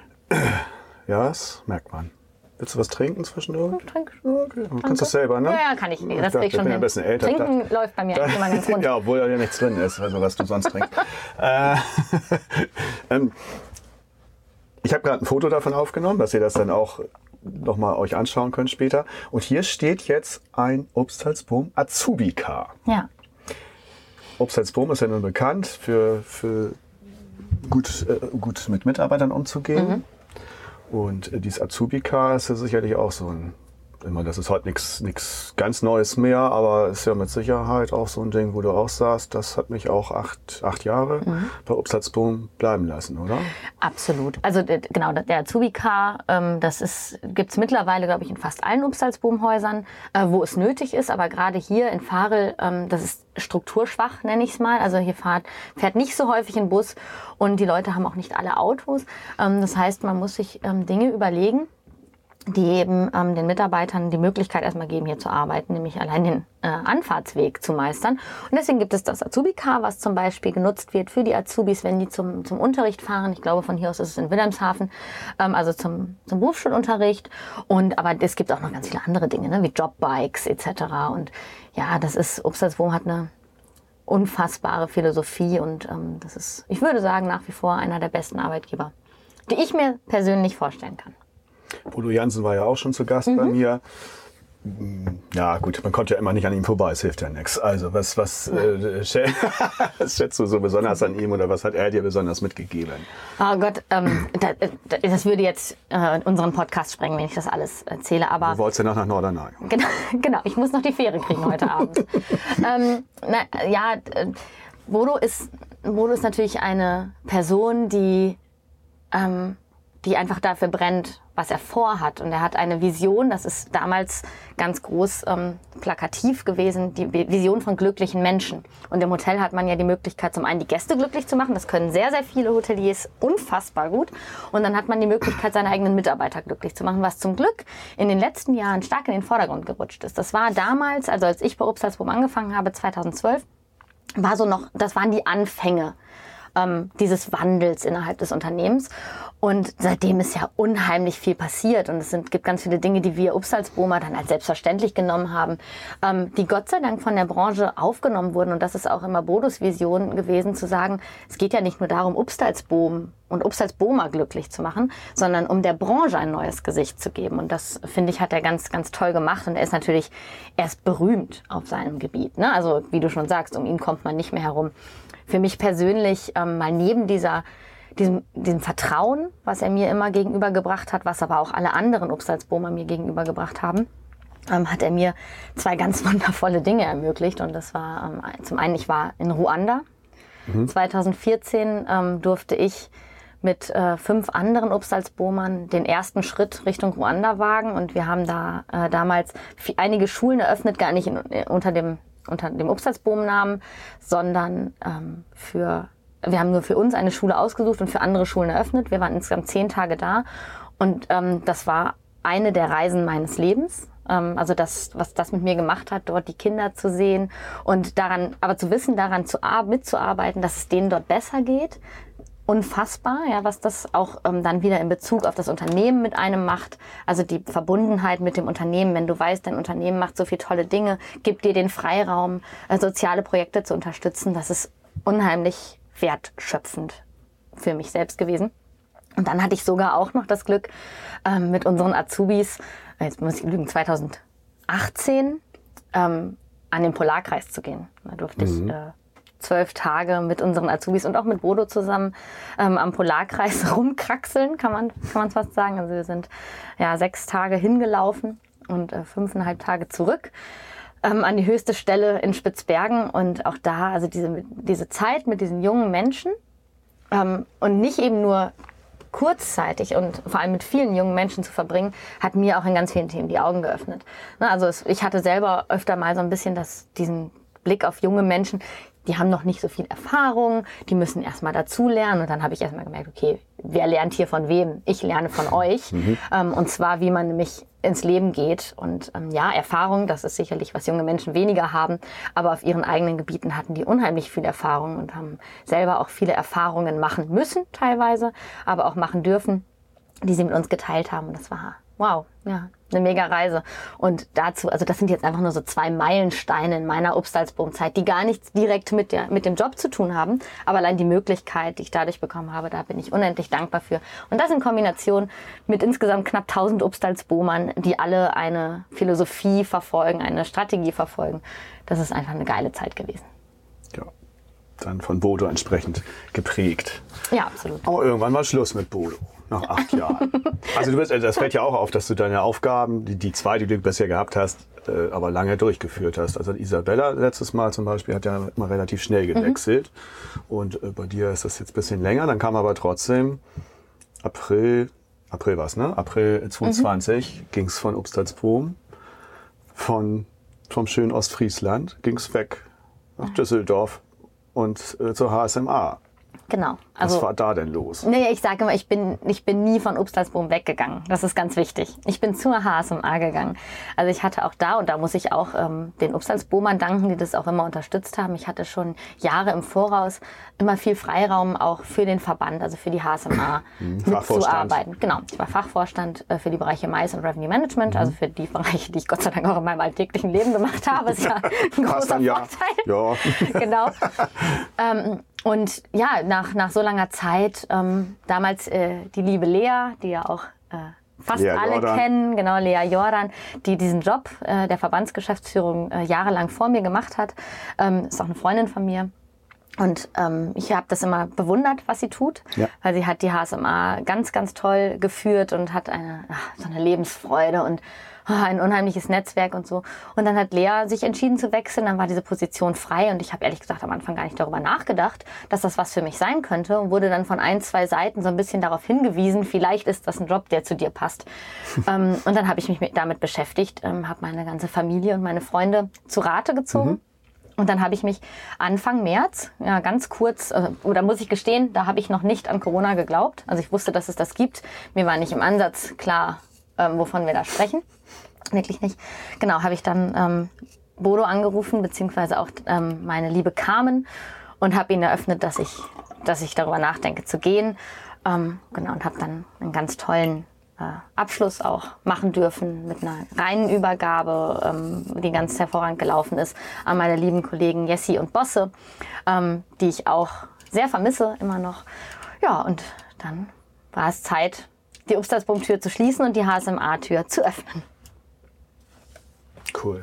Ja, das merkt man. Willst du was trinken zwischendurch? Trink. Okay. Du kannst das selber, ne? Ja, ja, kann ich. Nee, das ich krieg ich schon bin hin. ein bisschen älter. Trinken dachte, läuft bei mir eigentlich immer ganz rund. Ja, obwohl da ja nichts drin ist, also was du sonst trinkst. äh, ähm, ich habe gerade ein Foto davon aufgenommen, dass ihr das dann auch nochmal euch anschauen könnt später. Und hier steht jetzt ein Obstalsboom Azubi-Car. Ja. Obstalsboom ist ja nun bekannt, für, für gut, äh, gut mit Mitarbeitern umzugehen. Mhm. Und äh, dieses Azubi-Car ist ja sicherlich auch so ein, immer, das ist heute nichts nichts ganz Neues mehr, aber ist ja mit Sicherheit auch so ein Ding, wo du auch sagst, das hat mich auch acht, acht Jahre mhm. bei Obstalsboom bleiben lassen, oder? Absolut. Also d- genau, der Azubi-Car, ähm, das ist, gibt's mittlerweile, glaube ich, in fast allen Obstalsboom-Häusern, äh, wo es nötig ist, aber gerade hier in Varel, ähm, das ist strukturschwach, nenne ich es mal. Also hier fährt, fährt nicht so häufig ein Bus und die Leute haben auch nicht alle Autos. Ähm, das heißt, man muss sich ähm, Dinge überlegen, die eben ähm, den Mitarbeitern die Möglichkeit erstmal geben, hier zu arbeiten, nämlich allein den äh, Anfahrtsweg zu meistern. Und deswegen gibt es das Azubi-Car, was zum Beispiel genutzt wird für die Azubis, wenn die zum, zum Unterricht fahren. Ich glaube, von hier aus ist es in Wilhelmshaven, ähm, also zum, zum Berufsschulunterricht. Und aber es gibt auch noch ganz viele andere Dinge, ne, wie Jobbikes et cetera. Und ja, das ist, Obstalsboom hat eine unfassbare Philosophie und ähm, das ist, ich würde sagen, nach wie vor einer der besten Arbeitgeber, die ich mir persönlich vorstellen kann. Bodo Jansen war ja auch schon zu Gast mhm. bei mir. Ja gut, man kommt ja immer nicht an ihm vorbei, es hilft ja nichts. Also was, was, äh, was schätzt du so besonders an ihm oder was hat er dir besonders mitgegeben? Oh Gott, ähm, das, das würde jetzt äh, unseren Podcast sprengen, wenn ich das alles erzähle. Aber du wolltest ja noch nach Norderney. Genau, genau, ich muss noch die Fähre kriegen heute Abend. ähm, na, ja, Bodo ist, Bodo ist natürlich eine Person, die, ähm, die einfach dafür brennt, was er vorhat. Und er hat eine Vision, das ist damals ganz groß ähm, plakativ gewesen, die Vision von glücklichen Menschen. Und im Hotel hat man ja die Möglichkeit, zum einen die Gäste glücklich zu machen, das können sehr, sehr viele Hoteliers unfassbar gut. Und dann hat man die Möglichkeit, seine eigenen Mitarbeiter glücklich zu machen, was zum Glück in den letzten Jahren stark in den Vordergrund gerutscht ist. Das war damals, also als ich bei Obstalsboom angefangen habe, zweitausendzwölf, war so noch, das waren die Anfänge ähm, dieses Wandels innerhalb des Unternehmens. Und seitdem ist ja unheimlich viel passiert und es sind, gibt ganz viele Dinge, die wir Obstalsboomer dann als selbstverständlich genommen haben, ähm, die Gott sei Dank von der Branche aufgenommen wurden. Und das ist auch immer Bodos Vision gewesen, zu sagen, es geht ja nicht nur darum, Obstalsboom und Upsalzbomer glücklich zu machen, sondern um der Branche ein neues Gesicht zu geben. Und das, finde ich, hat er ganz, ganz toll gemacht. Und er ist natürlich, er ist berühmt auf seinem Gebiet. Ne? Also wie du schon sagst, um ihn kommt man nicht mehr herum. Für mich persönlich ähm, mal neben dieser, diesem, diesem Vertrauen, was er mir immer gegenübergebracht hat, was aber auch alle anderen Upsalzbomer mir gegenübergebracht haben, ähm, hat er mir zwei ganz wundervolle Dinge ermöglicht. Und das war ähm, zum einen, ich war in Ruanda. Mhm. zweitausendvierzehn ähm, durfte ich mit äh, fünf anderen Upsalzbomern den ersten Schritt Richtung Ruanda wagen. Und wir haben da äh, damals einige Schulen eröffnet, gar nicht in, unter dem, unter dem Upsalzboom-Namen, sondern ähm, für, wir haben nur für uns eine Schule ausgesucht und für andere Schulen eröffnet. Wir waren insgesamt zehn Tage da. Und ähm, das war eine der Reisen meines Lebens. Also das, was das mit mir gemacht hat, dort die Kinder zu sehen und daran, aber zu wissen, daran zu mitzuarbeiten, dass es denen dort besser geht. Unfassbar, ja, was das auch ähm, dann wieder in Bezug auf das Unternehmen mit einem macht. Also die Verbundenheit mit dem Unternehmen, wenn du weißt, dein Unternehmen macht so viele tolle Dinge, gibt dir den Freiraum, äh, soziale Projekte zu unterstützen. Das ist unheimlich wertschöpfend für mich selbst gewesen. Und dann hatte ich sogar auch noch das Glück, ähm, mit unseren Azubis, jetzt muss ich lügen, zweitausendachtzehn ähm, an den Polarkreis zu gehen. Da durfte mhm. ich äh, zwölf Tage mit unseren Azubis und auch mit Bodo zusammen ähm, am Polarkreis rumkraxeln, kann man kann man fast sagen. Also wir sind ja sechs Tage hingelaufen und äh, fünfeinhalb Tage zurück ähm, an die höchste Stelle in Spitzbergen. Und auch da, also diese, diese Zeit mit diesen jungen Menschen ähm, und nicht eben nur kurzzeitig und vor allem mit vielen jungen Menschen zu verbringen, hat mir auch in ganz vielen Themen die Augen geöffnet. Also es, ich hatte selber öfter mal so ein bisschen das, diesen Blick auf junge Menschen, die haben noch nicht so viel Erfahrung, die müssen erstmal dazulernen. Und dann habe ich erstmal gemerkt, okay, wer lernt hier von wem? Ich lerne von euch. Mhm. Ähm, und zwar, wie man nämlich ins Leben geht. Und ähm, ja, Erfahrung, das ist sicherlich, was junge Menschen weniger haben. Aber auf ihren eigenen Gebieten hatten die unheimlich viel Erfahrung und haben selber auch viele Erfahrungen machen müssen teilweise, aber auch machen dürfen, die sie mit uns geteilt haben. Und das war, wow, ja, eine mega Reise. Und dazu, also das sind jetzt einfach nur so zwei Meilensteine in meiner Upsalzboom-Zeit, die gar nichts direkt mit der, mit dem Job zu tun haben. Aber allein die Möglichkeit, die ich dadurch bekommen habe, da bin ich unendlich dankbar für. Und das in Kombination mit insgesamt knapp tausend Upsalzboomern, die alle eine Philosophie verfolgen, eine Strategie verfolgen. Das ist einfach eine geile Zeit gewesen. Ja, dann von Bodo entsprechend geprägt. Ja, absolut. Aber irgendwann war Schluss mit Bodo. Nach acht Jahren. Also du bist, das fällt ja auch auf, dass du deine Aufgaben, die, die zwei, die du bisher gehabt hast, äh, aber lange durchgeführt hast. Also Isabella letztes Mal zum Beispiel hat ja immer relativ schnell gewechselt. Mhm. Und äh, bei dir ist das jetzt ein bisschen länger. Dann kam aber trotzdem April, April war's, ne? April zwanzig zwanzig mhm. ging es von Upsalzboom, von, vom schönen Ostfriesland, ging es weg nach Düsseldorf und äh, zur H S M A. Genau. Also, was war da denn los? Nee, ich sage immer, ich bin, ich bin nie von Upsalzboom weggegangen. Das ist ganz wichtig. Ich bin zur H S M A gegangen. Also ich hatte auch da, und da muss ich auch ähm, den Upsalzboomern danken, die das auch immer unterstützt haben. Ich hatte schon Jahre im Voraus immer viel Freiraum auch für den Verband, also für die H S M A mitzuarbeiten. Genau. Ich war Fachvorstand äh, für die Bereiche Mais und Revenue Management, mhm. also für die Bereiche, die ich Gott sei Dank auch in meinem alltäglichen Leben gemacht habe. Das ist ja ein großer dann, ja. Vorteil. Ja. Genau. ähm, Und ja, nach, nach so langer Zeit, ähm, damals äh, die liebe Lea, die ja auch äh, fast Lea alle Jordan. kennen, genau, Lea Jordan, die diesen Job äh, der Verbandsgeschäftsführung äh, jahrelang vor mir gemacht hat, ähm, ist auch eine Freundin von mir. Und ähm, ich habe das immer bewundert, was sie tut, ja. weil sie hat die H S M A ganz, ganz toll geführt und hat eine, ach, so eine Lebensfreude und ein unheimliches Netzwerk und so. Und dann hat Lea sich entschieden zu wechseln, dann war diese Position frei und ich habe ehrlich gesagt am Anfang gar nicht darüber nachgedacht, dass das was für mich sein könnte und wurde dann von ein, zwei Seiten so ein bisschen darauf hingewiesen, vielleicht ist das ein Job, der zu dir passt. ähm, und dann habe ich mich mit, damit beschäftigt, ähm, habe meine ganze Familie und meine Freunde zu Rate gezogen. Mhm. Und dann habe ich mich Anfang März, ja ganz kurz, äh, oder muss ich gestehen, da habe ich noch nicht an Corona geglaubt. Also ich wusste, dass es das gibt. Mir war nicht im Ansatz klar, ähm, wovon wir da sprechen. Wirklich nicht. Genau, habe ich dann ähm, Bodo angerufen, beziehungsweise auch ähm, meine liebe Carmen und habe ihnen eröffnet, dass ich, dass ich darüber nachdenke zu gehen. Ähm, genau, und habe dann einen ganz tollen äh, Abschluss auch machen dürfen mit einer reinen Übergabe, ähm, die ganz hervorragend gelaufen ist, an meine lieben Kollegen Jessie und Bosse, ähm, die ich auch sehr vermisse immer noch. Ja, und dann war es Zeit, die Obstalsboom-Tür zu schließen und die H S M A-Tür zu öffnen. Cool.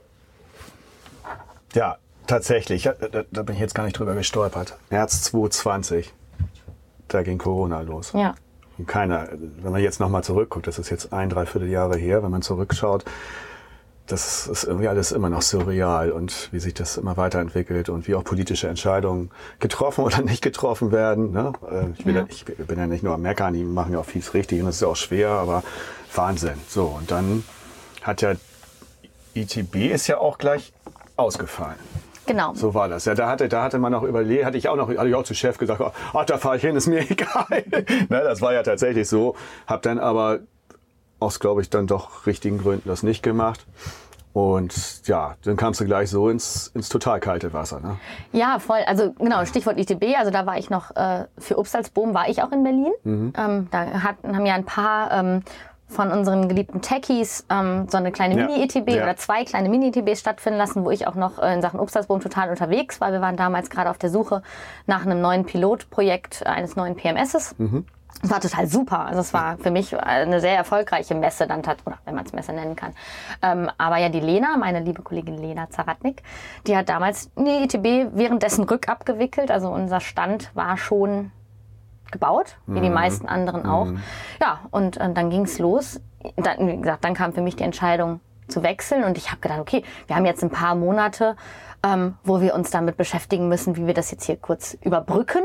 Ja, tatsächlich. Da, da bin ich jetzt gar nicht drüber gestolpert. März zwanzig zwanzig, da ging Corona los. Ja. Und keiner, wenn man jetzt nochmal zurückguckt, das ist jetzt ein, dreiviertel Jahre her, wenn man zurückschaut, das ist irgendwie alles immer noch surreal und wie sich das immer weiterentwickelt und wie auch politische Entscheidungen getroffen oder nicht getroffen werden. Ne? Ich, bin ja. Ja, ich bin ja nicht nur am Meckern, die machen ja auch vieles richtig und das ist ja auch schwer, aber Wahnsinn. So, und dann hat ja I T B ist ja auch gleich ausgefallen. Genau. So war das. Ja, da hatte, da hatte man noch überlegt, hatte ich auch noch, hatte ich auch zu Chef gesagt, ach, da fahre ich hin, ist mir egal. Ne, das war ja tatsächlich so. Hab dann aber aus, glaube ich, dann doch richtigen Gründen das nicht gemacht. Und ja, dann kamst du gleich so ins, ins total kalte Wasser. Ne? Ja, voll. Also genau, Stichwort I T B. Also da war ich noch, äh, für Obstalsboom war ich auch in Berlin. Mhm. Ähm, da hatten, haben ja ein paar ähm, von unseren geliebten Techies ähm, so eine kleine Ja. Mini-I T B Ja. oder zwei kleine Mini-I T Bs stattfinden lassen, wo ich auch noch äh, in Sachen Obstalsboom total unterwegs war. Wir waren damals gerade auf der Suche nach einem neuen Pilotprojekt eines neuen P M Ss. Mhm. Es war total super. Also es war für mich eine sehr erfolgreiche Messe, dann tat, oder wenn man es Messe nennen kann. Ähm, aber ja, die Lena, meine liebe Kollegin Lena Zaratnik, die hat damals eine I T B währenddessen rückabgewickelt. Also unser Stand war schon gebaut, wie die meisten anderen auch. Ja, und, und dann ging es los. Dann, wie gesagt, dann kam für mich die Entscheidung zu wechseln und ich habe gedacht, okay, wir haben jetzt ein paar Monate, ähm, wo wir uns damit beschäftigen müssen, wie wir das jetzt hier kurz überbrücken.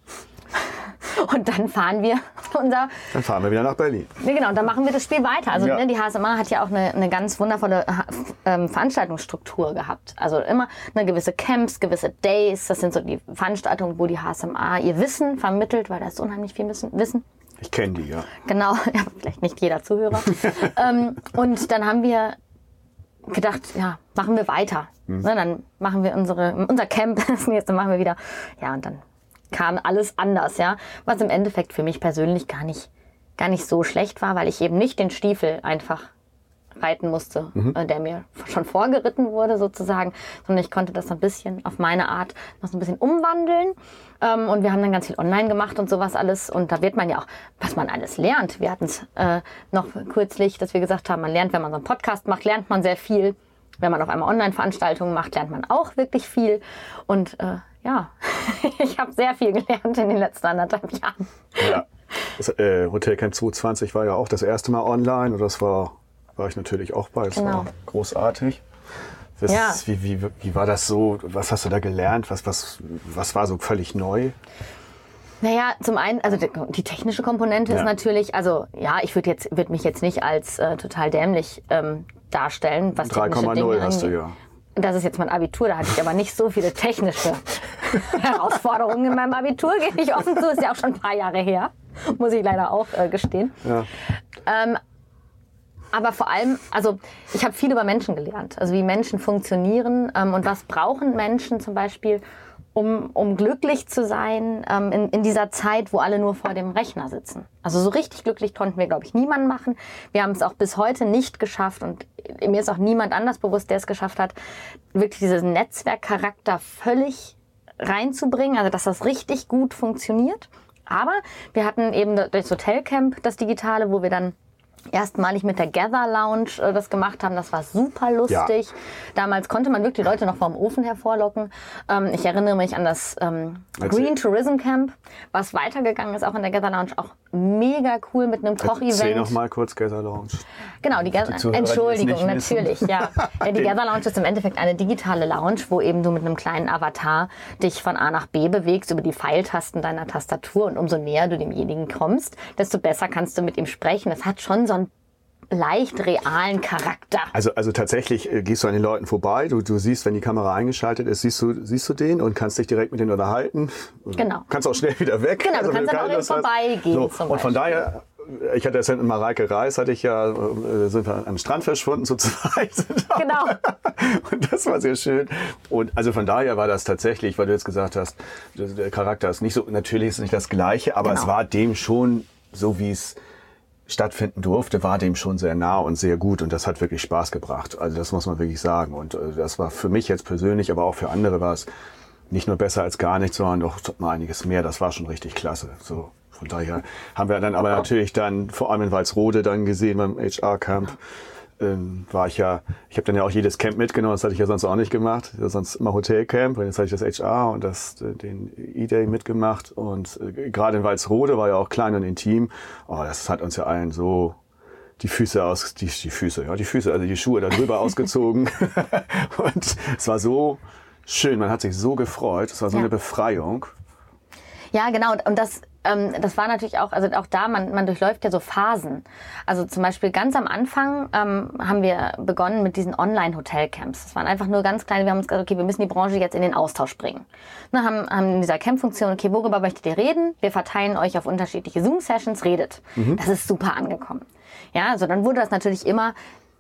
Und dann fahren wir unser... Dann fahren wir wieder nach Berlin. Ne, genau, und dann machen wir das Spiel weiter. Also Ja. ne, die H S M A hat ja auch eine, eine ganz wundervolle ähm, Veranstaltungsstruktur gehabt. Also immer eine gewisse Camps, gewisse Days. Das sind so die Veranstaltungen, wo die H S M A ihr Wissen vermittelt, weil da ist unheimlich viel Wissen. Wissen. Ich kenne die, ja. Genau, ja, vielleicht nicht jeder Zuhörer. ähm, und dann haben wir gedacht, ja, machen wir weiter. Mhm. Ne, dann machen wir unsere, unser Camp, das nächste machen wir wieder. Ja, und dann kam alles anders, ja. Was im Endeffekt für mich persönlich gar nicht, gar nicht so schlecht war, weil ich eben nicht den Stiefel einfach reiten musste, mhm. äh, der mir schon vorgeritten wurde sozusagen, sondern ich konnte das so ein bisschen auf meine Art noch so ein bisschen umwandeln. Ähm, und wir haben dann ganz viel online gemacht und sowas alles. Und da wird man ja auch, was man alles lernt. Wir hatten es äh, noch kürzlich, dass wir gesagt haben, man lernt, wenn man so einen Podcast macht, lernt man sehr viel. Wenn man auf einmal Online-Veranstaltungen macht, lernt man auch wirklich viel. Und äh, ja, ich habe sehr viel gelernt in den letzten anderthalb Jahren. Ja. Das äh, Hotelcamp zwanzig zwanzig war ja auch das erste Mal online und das war, war ich natürlich auch bei. Das Genau. war großartig. Das, Ja. wie, wie, wie war das so? Was hast du da gelernt? Was, was, was war so völlig neu? Naja, zum einen, also die, die technische Komponente Ja. ist natürlich, also ja, ich würde jetzt würd mich jetzt nicht als äh, total dämlich ähm, darstellen, was drei technische Komma Dinge null hast du angeht. ja. Das ist jetzt mein Abitur, da hatte ich aber nicht so viele technische Herausforderungen in meinem Abitur, gebe ich offen zu, ist ja auch schon ein paar Jahre her, muss ich leider auch äh, gestehen. Ja. Ähm, aber vor allem, also ich habe viel über Menschen gelernt, also wie Menschen funktionieren ähm, und was brauchen Menschen zum Beispiel, um, um glücklich zu sein ähm, in, in dieser Zeit, wo alle nur vor dem Rechner sitzen. Also so richtig glücklich konnten wir, glaube ich, niemanden machen. Wir haben es auch bis heute nicht geschafft und mir ist auch niemand anders bewusst, der es geschafft hat, wirklich diesen Netzwerkcharakter völlig reinzubringen, also dass das richtig gut funktioniert. Aber wir hatten eben das Hotelcamp, das Digitale, wo wir dann erstmalig mit der Gather Lounge äh, das gemacht haben. Das war super lustig. Ja. Damals konnte man wirklich die Leute noch vom Ofen hervorlocken. Ähm, ich erinnere mich an das ähm, Green Tourism Camp, was weitergegangen ist, auch in der Gather Lounge. Auch mega cool mit einem Kochevent. Erzähl noch mal kurz Gather Lounge. Genau, die Gather Zuhörer, Entschuldigung, die natürlich, ja. ja. Die Gather Lounge ist im Endeffekt eine digitale Lounge, wo eben du mit einem kleinen Avatar dich von A nach B bewegst über die Pfeiltasten deiner Tastatur und umso näher du demjenigen kommst, desto besser kannst du mit ihm sprechen. Das hat schon so einen leicht realen Charakter. Also, also tatsächlich äh, gehst du an den Leuten vorbei, du, du siehst, wenn die Kamera eingeschaltet ist, siehst du, siehst du den und kannst dich direkt mit denen unterhalten. Genau. Kannst auch schnell wieder weg. Genau, also, du kannst dann auch eben vorbeigehen. So, zum und von Beispiel. daher, ich hatte das ja mit Mareike Reis, hatte ich ja, äh, sind wir am Strand verschwunden zu zweit. Genau. Und das war sehr schön. Und also von daher war das tatsächlich, weil du jetzt gesagt hast, der Charakter ist nicht so, natürlich ist es nicht das Gleiche, aber Genau. es war dem schon so, wie es stattfinden durfte, war dem schon sehr nah und sehr gut und das hat wirklich Spaß gebracht. Also das muss man wirklich sagen und äh, das war für mich jetzt persönlich, aber auch für andere war es nicht nur besser als gar nichts, sondern doch mal einiges mehr. Das war schon richtig klasse. So. von daher haben wir dann aber natürlich dann, vor allem in Walsrode dann gesehen beim H R-Camp, ähm, war ich ja, ich habe dann ja auch jedes Camp mitgenommen, das hatte ich ja sonst auch nicht gemacht, ja sonst immer Hotelcamp, und jetzt hatte ich das H R und das, den E-Day mitgemacht, und äh, gerade in Walsrode war ja auch klein und intim, oh, das hat uns ja allen so die Füße aus, die, die Füße, ja, die Füße, also die Schuhe da drüber ausgezogen, und es war so schön, man hat sich so gefreut, es war so ja. eine Befreiung. Ja, genau, und das Ähm, das war natürlich auch, also auch da, man, man durchläuft ja so Phasen. Also zum Beispiel ganz am Anfang ähm, haben wir begonnen mit diesen Online-Hotelcamps. Das waren einfach nur ganz kleine, wir haben uns gesagt, okay, wir müssen die Branche jetzt in den Austausch bringen. Dann haben, haben in dieser Camp-Funktion, okay, worüber möchtet ihr reden? Wir verteilen euch auf unterschiedliche Zoom-Sessions, redet. Mhm. Das ist super angekommen. Ja, also dann wurde das natürlich immer,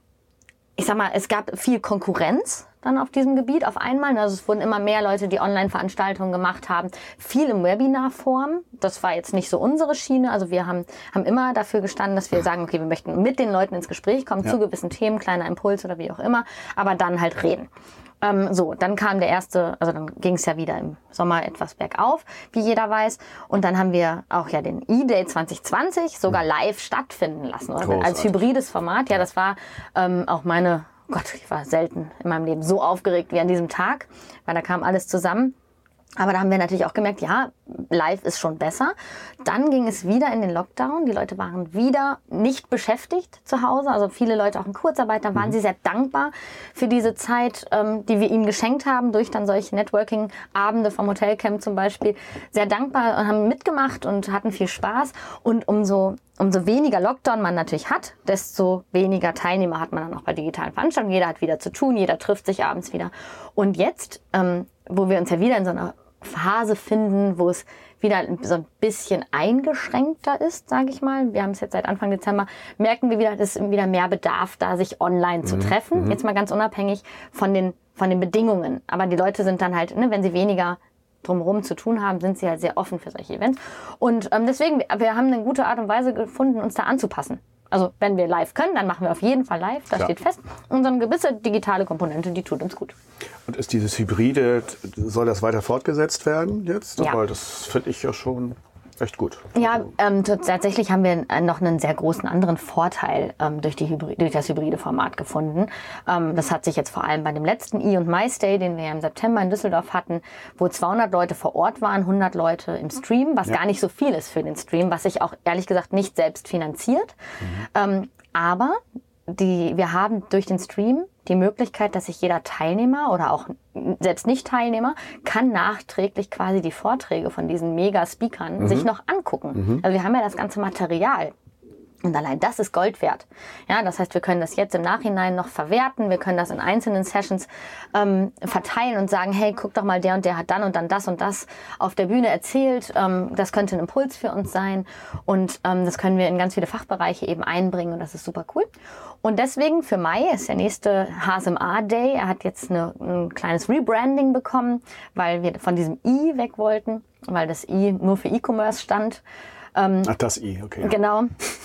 ich sag mal, es gab viel Konkurrenz dann auf diesem Gebiet auf einmal. Also es wurden immer mehr Leute, die Online-Veranstaltungen gemacht haben. Viel im Webinar-Form. Das war jetzt nicht so unsere Schiene. Also wir haben, haben immer dafür gestanden, dass wir sagen, okay, wir möchten mit den Leuten ins Gespräch kommen, ja. zu gewissen Themen, kleiner Impuls oder wie auch immer, aber dann halt reden. Ähm, so, dann kam der erste, also dann ging es ja wieder im Sommer etwas bergauf, wie jeder weiß. Und dann haben wir auch ja den E-Day zwanzig zwanzig sogar live stattfinden lassen. Oder? Als hybrides Format. Ja, das war ähm, auch meine... Gott, ich war selten in meinem Leben so aufgeregt wie an diesem Tag, weil da kam alles zusammen. Aber da haben wir natürlich auch gemerkt, ja, live ist schon besser. Dann ging es wieder in den Lockdown. Die Leute waren wieder nicht beschäftigt zu Hause. Also viele Leute auch in Kurzarbeit. Da waren mhm. sie sehr dankbar für diese Zeit, ähm, die wir ihnen geschenkt haben, durch dann solche Networking-Abende vom Hotelcamp zum Beispiel. Sehr dankbar und haben mitgemacht und hatten viel Spaß. Und umso Umso weniger Lockdown man natürlich hat, desto weniger Teilnehmer hat man dann auch bei digitalen Veranstaltungen. Jeder hat wieder zu tun, jeder trifft sich abends wieder. Und jetzt, ähm, wo wir uns ja wieder in so einer Phase finden, wo es wieder so ein bisschen eingeschränkter ist, sage ich mal. Wir haben es jetzt seit Anfang Dezember, merken wir wieder, dass es wieder mehr Bedarf da, sich online zu treffen. Mhm. Jetzt mal ganz unabhängig von den, von den Bedingungen. Aber die Leute sind dann halt, ne, wenn sie weniger drumherum zu tun haben, sind sie halt sehr offen für solche Events. Und ähm, deswegen, wir haben eine gute Art und Weise gefunden, uns da anzupassen. Also wenn wir live können, dann machen wir auf jeden Fall live, das ja. steht fest. Und so eine gewisse digitale Komponente, die tut uns gut. Und ist dieses Hybride, soll das weiter fortgesetzt werden jetzt? Ja. Weil das finde ich ja schon echt gut. Ja, ähm, tatsächlich haben wir noch einen sehr großen anderen Vorteil ähm, durch, die Hybrid, durch das hybride Format gefunden. Ähm, das hat sich jetzt vor allem bei dem letzten E- und MyStay, den wir ja im September in Düsseldorf hatten, wo zweihundert Leute vor Ort waren, hundert Leute im Stream, was ja. gar nicht so viel ist für den Stream, was sich auch ehrlich gesagt nicht selbst finanziert. Mhm. Ähm, aber die, wir haben durch den Stream die Möglichkeit, dass sich jeder Teilnehmer oder auch selbst Nicht-Teilnehmer kann nachträglich quasi die Vorträge von diesen Mega-Speakern mhm. sich noch angucken. Mhm. Also wir haben ja das ganze Material. Und allein das ist Gold wert. Ja, das heißt, wir können das jetzt im Nachhinein noch verwerten. Wir können das in einzelnen Sessions ähm, verteilen und sagen, hey, guck doch mal, der und der hat dann und dann das und das auf der Bühne erzählt. Ähm, das könnte ein Impuls für uns sein. Und ähm, das können wir in ganz viele Fachbereiche eben einbringen. Und das ist super cool. Und deswegen für Mai ist der nächste H S M A Day. Er hat jetzt eine, ein kleines Rebranding bekommen, weil wir von diesem I weg wollten, weil das I nur für E-Commerce stand. Ähm, Ach, das I, okay. Genau.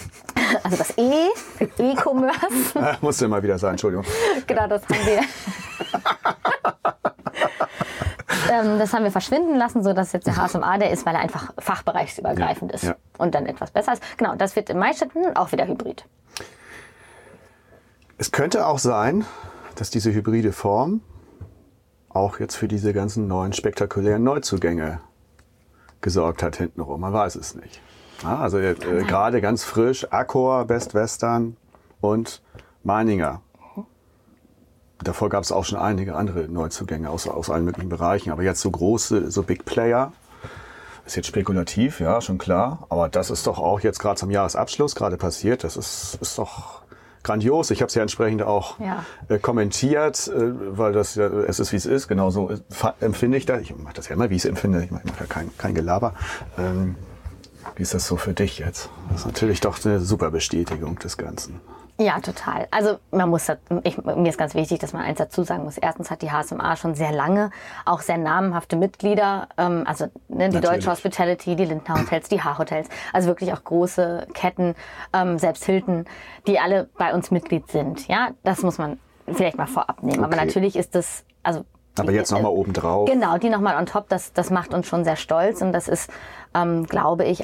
Also das E für E-Commerce. Ah, musste mal wieder sein, Entschuldigung. Genau, das haben wir. ähm, das haben wir verschwinden lassen, sodass jetzt der H S M A der ist, weil er einfach fachbereichsübergreifend ja, ist ja. und dann etwas besser ist. Genau, das wird im Mai stattfinden, auch wieder hybrid. Es könnte auch sein, dass diese hybride Form auch jetzt für diese ganzen neuen spektakulären Neuzugänge gesorgt hat hintenrum. Man weiß es nicht. Ja, also äh, gerade ganz frisch Accor, Best Western und Meininger. Davor gab es auch schon einige andere Neuzugänge aus, aus allen möglichen Bereichen. Aber jetzt so große, so Big Player, ist jetzt spekulativ, ja, schon klar. Aber das ist doch auch jetzt gerade zum Jahresabschluss gerade passiert. Das ist, ist doch grandios. Ich habe es ja entsprechend auch ja. Äh, kommentiert, äh, weil das ja, es ist wie es ist. Genauso äh, empfinde ich das. Ich mache das ja immer, wie ich es empfinde. Ich mache ja kein, kein Gelaber. Ähm, wie ist das so für dich jetzt? Das ist natürlich doch eine super Bestätigung des Ganzen. Ja, total. Also man muss, ich, mir ist ganz wichtig, dass man eins dazu sagen muss. Erstens hat die H S M A schon sehr lange auch sehr namenhafte Mitglieder, ähm, also ne, die Deutsche Hospitality, die Lindner Hotels, die H-Hotels, also wirklich auch große Ketten, ähm, selbst Hilton, die alle bei uns Mitglied sind. Ja, das muss man vielleicht mal vorab nehmen. Okay. Aber natürlich ist das, also aber jetzt nochmal äh, obendrauf. Genau, die nochmal on top, das, das macht uns schon sehr stolz und das ist, ähm, glaube ich, eine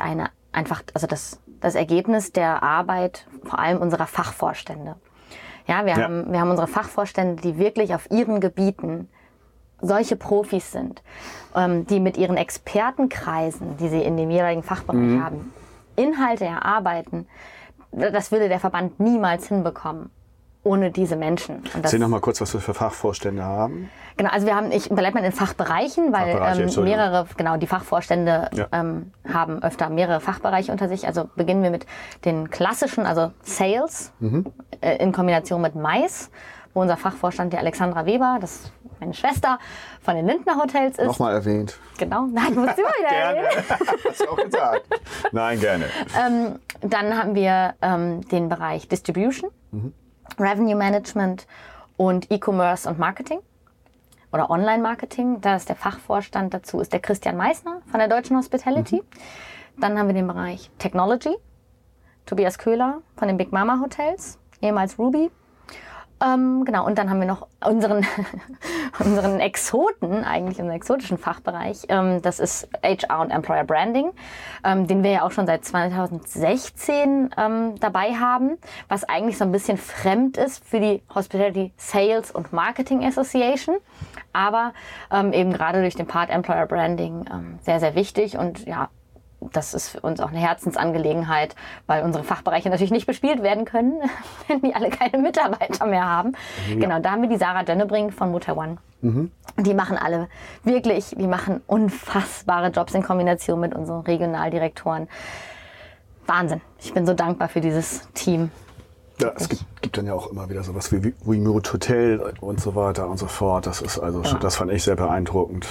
einfach also das, das Ergebnis der Arbeit vor allem unserer Fachvorstände. Ja, wir, ja. Haben, wir haben unsere Fachvorstände, die wirklich auf ihren Gebieten solche Profis sind, ähm, die mit ihren Expertenkreisen, die sie in dem jeweiligen Fachbereich mhm. haben, Inhalte erarbeiten. Das würde der Verband niemals hinbekommen ohne diese Menschen. Erzähl noch mal kurz, was wir für Fachvorstände haben. Genau, also wir haben, ich bleibt man in Fachbereichen, weil Fachbereiche, ähm, mehrere, genau, die Fachvorstände ja. ähm, haben öfter mehrere Fachbereiche unter sich. Also beginnen wir mit den klassischen, also Sales mhm. äh, in Kombination mit Mais, wo unser Fachvorstand, die Alexandra Weber, das ist meine Schwester, von den Lindner Hotels ist. Nochmal erwähnt. Genau, nein, musst du wieder Gerne, hast du auch gesagt. Nein, gerne. Ähm, dann haben wir ähm, den Bereich Distribution, mhm. Revenue Management und E-Commerce und Marketing oder Online-Marketing. Da ist der Fachvorstand dazu, ist der Christian Meissner von der Deutschen Hospitality. Mhm. Dann haben wir den Bereich Technology, Tobias Köhler von den Big Mama Hotels, ehemals Ruby. Ähm, genau, und dann haben wir noch unseren, unseren Exoten, eigentlich unseren exotischen Fachbereich. Ähm, das ist H R und Employer Branding, ähm, den wir ja auch schon seit zweitausendsechzehn ähm, dabei haben, was eigentlich so ein bisschen fremd ist für die Hospitality Sales und Marketing Association, aber ähm, eben gerade durch den Part Employer Branding ähm, sehr, sehr wichtig und ja, das ist für uns auch eine Herzensangelegenheit, weil unsere Fachbereiche natürlich nicht bespielt werden können, wenn die alle keine Mitarbeiter mehr haben. Ja. Genau, da haben wir die Sarah Dönnebrink von Motel One. Mhm. Die machen alle wirklich, die machen unfassbare Jobs in Kombination mit unseren Regionaldirektoren. Wahnsinn. Ich bin so dankbar für dieses Team. Ja, es gibt, gibt dann ja auch immer wieder sowas wie Remote Hotel und so weiter und so fort. Das ist also schon, ja. das fand ich sehr beeindruckend.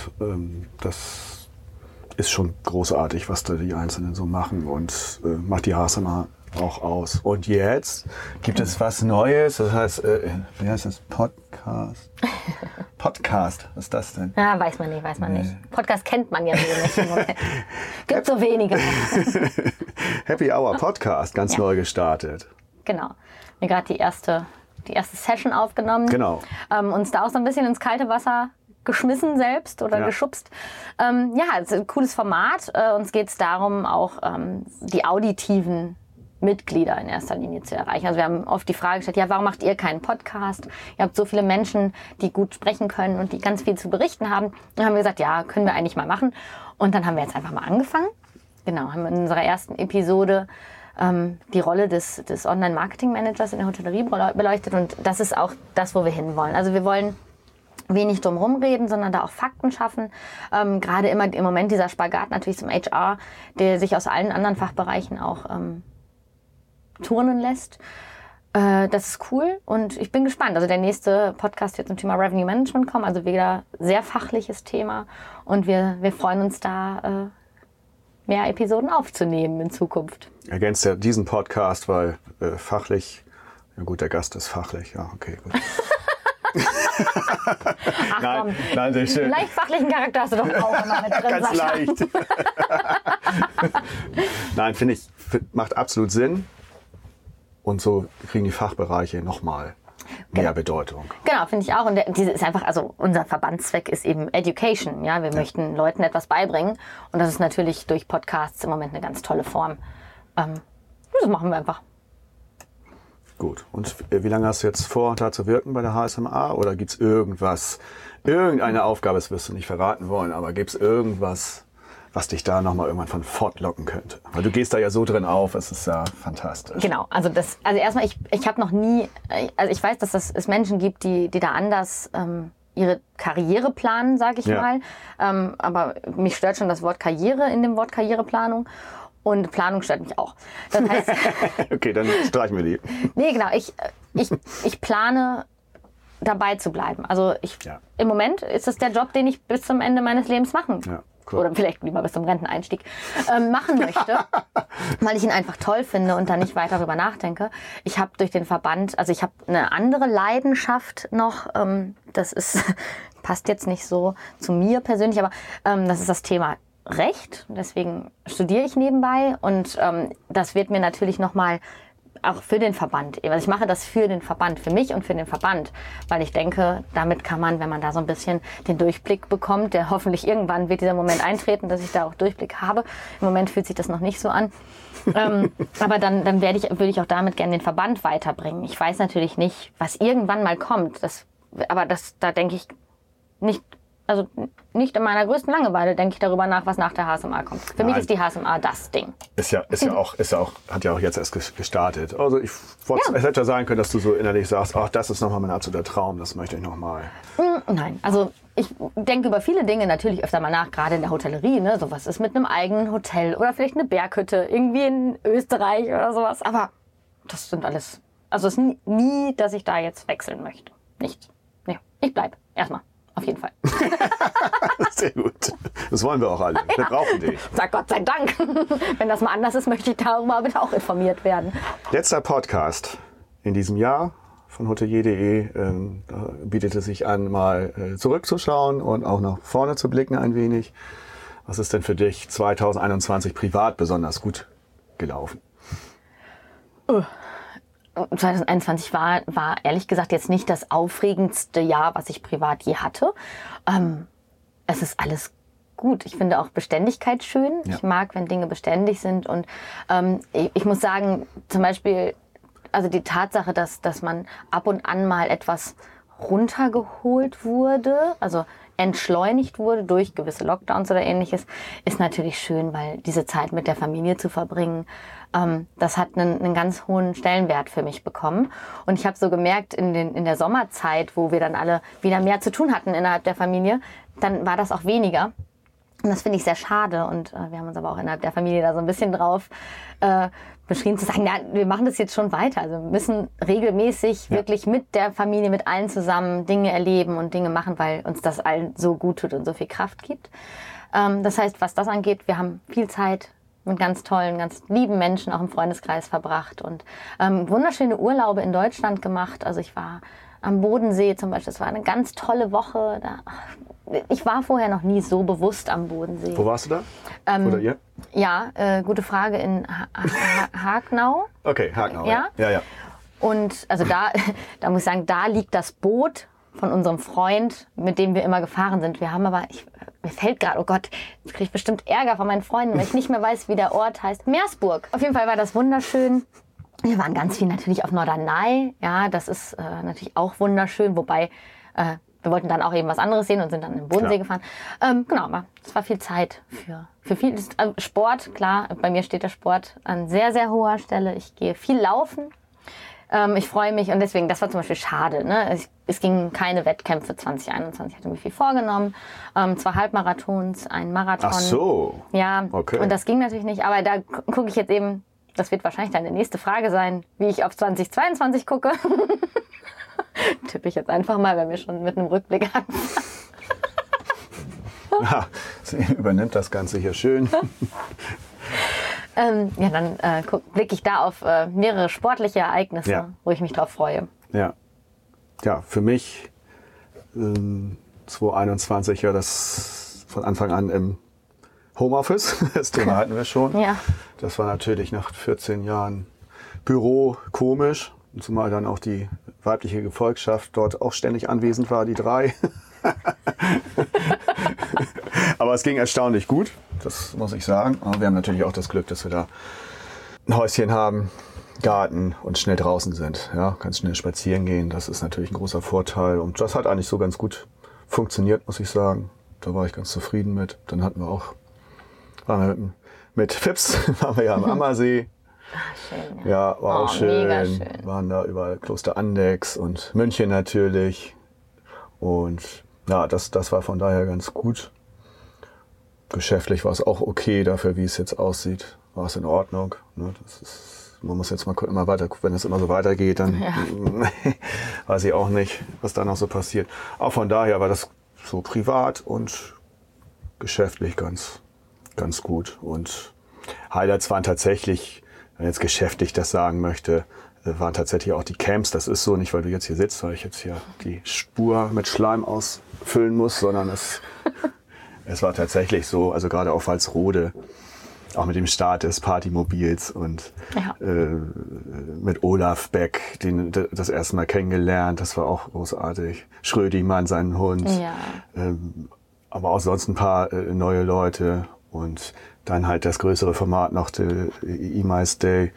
Das ist schon großartig, was da die Einzelnen so machen und äh, macht die H S M A auch aus. Und jetzt gibt es was Neues, das heißt, äh, wie heißt das? Podcast? Podcast, was ist das denn? Ja, weiß man nicht, weiß man nee. nicht. Podcast kennt man ja so nicht. Gibt so wenige. Happy Hour Podcast, ganz ja. neu gestartet. Genau. Mir gerade die erste, die erste Session aufgenommen. Genau. Ähm, uns da auch so ein bisschen ins kalte Wasser geschmissen selbst oder ja. geschubst. Ähm, ja, es ist ein cooles Format. Äh, uns geht es darum, auch ähm, die auditiven Mitglieder in erster Linie zu erreichen. Also wir haben oft die Frage gestellt, ja, warum macht ihr keinen Podcast? Ihr habt so viele Menschen, die gut sprechen können und die ganz viel zu berichten haben. Und dann haben wir gesagt, ja, können wir eigentlich mal machen. Und dann haben wir jetzt einfach mal angefangen. Genau, haben in unserer ersten Episode ähm, die Rolle des, des Online-Marketing-Managers in der Hotellerie beleuchtet. Und das ist auch das, wo wir hinwollen. Also wir wollen wenig drum rumreden, sondern da auch Fakten schaffen. Ähm, gerade immer im Moment dieser Spagat natürlich zum H R, der sich aus allen anderen Fachbereichen auch ähm, turnen lässt. Äh, das ist cool und ich bin gespannt. Also der nächste Podcast wird zum Thema Revenue Management kommen, also wieder sehr fachliches Thema und wir, wir freuen uns da, äh, mehr Episoden aufzunehmen in Zukunft. Ergänzt ja diesen Podcast, weil äh, fachlich, ja gut, der Gast ist fachlich, ja, okay, gut. Ach nein, komm, nein, sehr schön. Leicht fachlichen Charakter hast du doch auch immer mit drin. Ganz Sascha. leicht. Nein, finde ich, macht absolut Sinn. Und so kriegen die Fachbereiche nochmal mehr genau. Bedeutung. Genau, finde ich auch. Und der, diese ist einfach, also unser Verbandszweck ist eben Education. Ja, wir ja. möchten Leuten etwas beibringen. Und das ist natürlich durch Podcasts im Moment eine ganz tolle Form. Ähm, das machen wir einfach. Gut. Und wie lange hast du jetzt vor, da zu wirken bei der H S M A? Oder gibt es irgendwas, irgendeine Aufgabe, das wirst du nicht verraten wollen, aber gibt es irgendwas, was dich da nochmal irgendwann von fortlocken könnte? Weil du gehst da ja so drin auf, es ist ja fantastisch. Genau, also das, also erstmal, ich, ich habe noch nie, also ich weiß, dass das, es Menschen gibt, die, die da anders ähm, ihre Karriere planen, sage ich ja. mal. Ähm, aber mich stört schon das Wort Karriere in dem Wort Karriereplanung. Und Planung stört mich auch. Das heißt, okay, dann streichen wir die. Nee, genau. Ich, ich, ich plane, dabei zu bleiben. Also ich, ja. im Moment ist das der Job, den ich bis zum Ende meines Lebens machen ja, cool. oder vielleicht lieber bis zum Renteneinstieg ähm, machen möchte, weil ich ihn einfach toll finde und da nicht weiter darüber nachdenke. Ich habe durch den Verband, also ich habe eine andere Leidenschaft noch. Ähm, das ist passt jetzt nicht so zu mir persönlich, aber ähm, das ist das Thema Recht. Deswegen studiere ich nebenbei und ähm, das wird mir natürlich nochmal auch für den Verband. Also ich mache das für den Verband, für mich und für den Verband, weil ich denke, damit kann man, wenn man da so ein bisschen den Durchblick bekommt, der hoffentlich irgendwann wird dieser Moment eintreten, dass ich da auch Durchblick habe. Im Moment fühlt sich das noch nicht so an. ähm, aber dann, dann werde ich, würde ich auch damit gerne den Verband weiterbringen. Ich weiß natürlich nicht, was irgendwann mal kommt. Das, aber das, da denke ich nicht, also nicht in meiner größten Langeweile denke ich darüber nach, was nach der H S M A kommt. Für Nein. mich ist die H S M A das Ding. Ist ja, ist ja auch, ist ja auch, hat ja auch jetzt erst gestartet. Also ich wollte, ja. Es hätte ja sein können, dass du so innerlich sagst, ach, das ist nochmal mein absoluter Traum, das möchte ich nochmal. Nein, also ich denke über viele Dinge natürlich öfter mal nach, gerade in der Hotellerie, ne? So was ist mit einem eigenen Hotel oder vielleicht eine Berghütte, irgendwie in Österreich oder sowas. Aber das sind alles, also es ist nie, nie, dass ich da jetzt wechseln möchte. Nicht. Nee, ich bleib. Erstmal. Auf jeden Fall. Sehr gut. Das wollen wir auch alle. Wir ja. brauchen dich. Sag Gott sei Dank. Wenn das mal anders ist, möchte ich darüber bitte auch informiert werden. Letzter Podcast in diesem Jahr von hotelier punkt de. Ähm, da bietet es sich an, mal äh, zurückzuschauen und auch nach vorne zu blicken ein wenig. Was ist denn für dich zwanzig einundzwanzig privat besonders gut gelaufen? Uh. zwanzig einundzwanzig war, war ehrlich gesagt jetzt nicht das aufregendste Jahr, was ich privat je hatte. Ähm, es ist alles gut. Ich finde auch Beständigkeit schön. Ja. Ich mag, wenn Dinge beständig sind. Und ähm, ich, ich muss sagen, zum Beispiel, also die Tatsache, dass, dass man ab und an mal etwas runtergeholt wurde, also entschleunigt wurde durch gewisse Lockdowns oder ähnliches, ist natürlich schön, weil diese Zeit mit der Familie zu verbringen, ähm, das hat einen, einen ganz hohen Stellenwert für mich bekommen. Und ich habe so gemerkt, in, den, in der Sommerzeit, wo wir dann alle wieder mehr zu tun hatten innerhalb der Familie, dann war das auch weniger. Und das finde ich sehr schade. Und äh, wir haben uns aber auch innerhalb der Familie da so ein bisschen drauf äh, beschrieben, zu sagen, na, wir machen das jetzt schon weiter. Also wir müssen regelmäßig ja. wirklich mit der Familie, mit allen zusammen Dinge erleben und Dinge machen, weil uns das allen so gut tut und so viel Kraft gibt. Ähm, das heißt, was das angeht, wir haben viel Zeit mit ganz tollen, ganz lieben Menschen auch im Freundeskreis verbracht und ähm, wunderschöne Urlaube in Deutschland gemacht. Also ich war am Bodensee zum Beispiel, das war eine ganz tolle Woche. Da, ich war vorher noch nie so bewusst am Bodensee. Wo warst du da? Ähm, Oder ihr? Ja, äh, gute Frage, in ha ha Hagenau. Okay, Hagenau. Ja, ja, ja. Und also da, da muss ich sagen, da liegt das Boot von unserem Freund, mit dem wir immer gefahren sind. Wir haben aber, ich, mir fällt gerade, oh Gott, jetzt kriege ich bestimmt Ärger von meinen Freunden, weil ich nicht mehr weiß, wie der Ort heißt. Meersburg. Auf jeden Fall war das wunderschön. Wir waren ganz viel natürlich auf Norderney. Ja, das ist äh, natürlich auch wunderschön, wobei äh, wir wollten dann auch eben was anderes sehen und sind dann in den Bodensee klar. gefahren. Ähm, genau, aber es war viel Zeit für, für viel also Sport. Klar, bei mir steht der Sport an sehr, sehr hoher Stelle. Ich gehe viel laufen. Ähm, ich freue mich und deswegen, das war zum Beispiel schade. Ne? Es, es gingen keine Wettkämpfe zwanzig einundzwanzig. Ich hatte mir viel vorgenommen. Ähm, zwei Halbmarathons, ein Marathon. Ach so. Ja, okay. Und das ging natürlich nicht. Aber da gucke ich jetzt eben, das wird wahrscheinlich deine nächste Frage sein, wie ich auf zwanzig zweiundzwanzig gucke. Tippe ich jetzt einfach mal, wenn wir schon mit einem Rückblick anfangen. Ja, sie übernimmt das Ganze hier schön. ähm, ja, dann äh, blicke ich da auf äh, mehrere sportliche Ereignisse, ja. wo ich mich drauf freue. Ja, ja, für mich ähm, zwanzig einundzwanzig ja das von Anfang an im Homeoffice. Das Thema hatten wir schon. Ja. Das war natürlich nach vierzehn Jahren Büro komisch. Zumal dann auch die weibliche Gefolgschaft dort auch ständig anwesend war, die drei. Aber es ging erstaunlich gut, das muss ich sagen. Aber wir haben natürlich auch das Glück, dass wir da ein Häuschen haben, Garten und schnell draußen sind. Ja, kannst schnell spazieren gehen, das ist natürlich ein großer Vorteil. Und das hat eigentlich so ganz gut funktioniert, muss ich sagen. Da war ich ganz zufrieden mit. Dann hatten wir auch, waren wir mit, mit Fips, waren wir ja am Ammersee. Schön, ja. ja, war oh, auch schön. Mega schön. Waren da überall Kloster Andechs und München natürlich. Und ja, das, das war von daher ganz gut. Geschäftlich war es auch okay dafür, wie es jetzt aussieht. War es in Ordnung. Ne? Das ist, man muss jetzt mal immer weiter gucken, wenn es immer so weitergeht, dann ja. weiß ich auch nicht, was da noch so passiert. Auch von daher war das so privat und geschäftlich ganz, ganz gut. Und Highlights waren tatsächlich, wenn ich jetzt geschäftlich das sagen möchte, waren tatsächlich auch die Camps. Das ist so, nicht weil du jetzt hier sitzt, weil ich jetzt hier die Spur mit Schleim ausfüllen muss, sondern es, es war tatsächlich so, also gerade auf Walsrode, auch mit dem Start des Partymobils und Ja. äh, mit Olaf Beck, den das erste Mal kennengelernt. Das war auch großartig. Schrödimann, seinen Hund. Ja. Ähm, aber auch sonst ein paar äh, neue Leute. Und dann halt das größere Format noch, der E-Mice Day.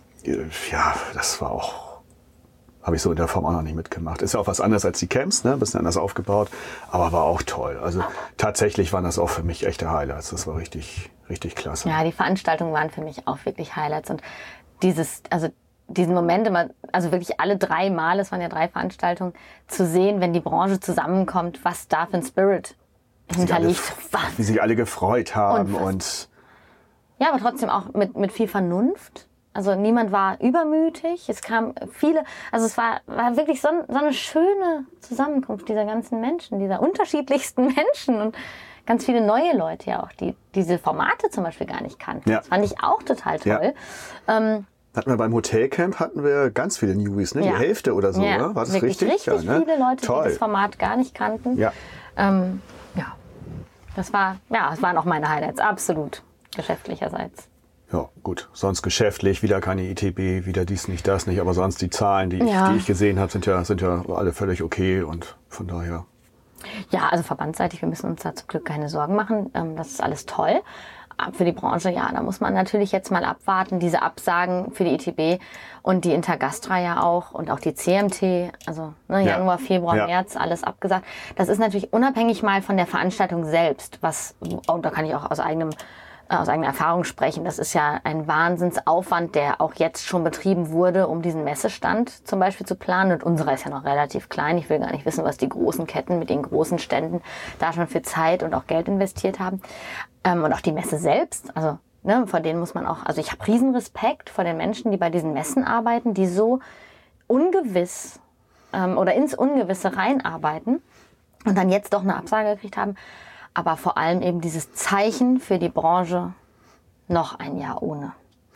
Ja, das war auch, habe ich so in der Form auch noch nicht mitgemacht. Ist ja auch was anderes als die Camps, ne? Ein bisschen anders aufgebaut, aber war auch toll. Also tatsächlich waren das auch für mich echte Highlights. Das war richtig, richtig klasse. Ja, die Veranstaltungen waren für mich auch wirklich Highlights. Und dieses, also diesen Moment immer, also wirklich alle drei Mal, es waren ja drei Veranstaltungen, zu sehen, wenn die Branche zusammenkommt, was da für ein Spirit hinterliegt. Alle, wie sich alle gefreut haben und, und ja, aber trotzdem auch mit, mit viel Vernunft. Also niemand war übermütig. Es kamen viele, also es war, war wirklich so, so eine schöne Zusammenkunft dieser ganzen Menschen, dieser unterschiedlichsten Menschen und ganz viele neue Leute ja auch, die diese Formate zum Beispiel gar nicht kannten. Ja. Das fand ich auch total toll. Ja. Ähm, hatten wir beim Hotelcamp hatten wir ganz viele Newbies, ne? Ja. Die Hälfte oder so, ja, oder? War das wirklich richtig? Richtig ja, ne? viele Leute, Toll. die das Format gar nicht kannten. Ja. Ähm, ja, das war, ja, das waren auch meine Highlights, absolut geschäftlicherseits. Ja, gut. Sonst geschäftlich, wieder keine I T B, wieder dies nicht, das nicht. Aber sonst die Zahlen, die, Ja. ich, die ich gesehen habe, sind ja, sind ja alle völlig okay. Und von daher. Ja, also verbandsseitig, wir müssen uns da zum Glück keine Sorgen machen. Ähm, das ist alles toll. Aber für die Branche, ja, da muss man natürlich jetzt mal abwarten. Diese Absagen für die I T B und die Intergastra ja auch und auch die C M T, also ne, Ja. Januar, Februar, Ja. März, alles abgesagt. Das ist natürlich unabhängig mal von der Veranstaltung selbst, was, und da kann ich auch aus eigenem aus eigener Erfahrung sprechen. Das ist ja ein Wahnsinnsaufwand, der auch jetzt schon betrieben wurde, um diesen Messestand zum Beispiel zu planen. Und unserer ist ja noch relativ klein. Ich will gar nicht wissen, was die großen Ketten mit den großen Ständen da schon für Zeit und auch Geld investiert haben. Ähm, und auch die Messe selbst. Also ne, vor denen muss man auch, also ich habe Riesenrespekt vor den Menschen, die bei diesen Messen arbeiten, die so ungewiss ähm, oder ins Ungewisse reinarbeiten und dann jetzt doch eine Absage gekriegt haben. Aber vor allem eben dieses Zeichen für die Branche, noch ein Jahr ohne.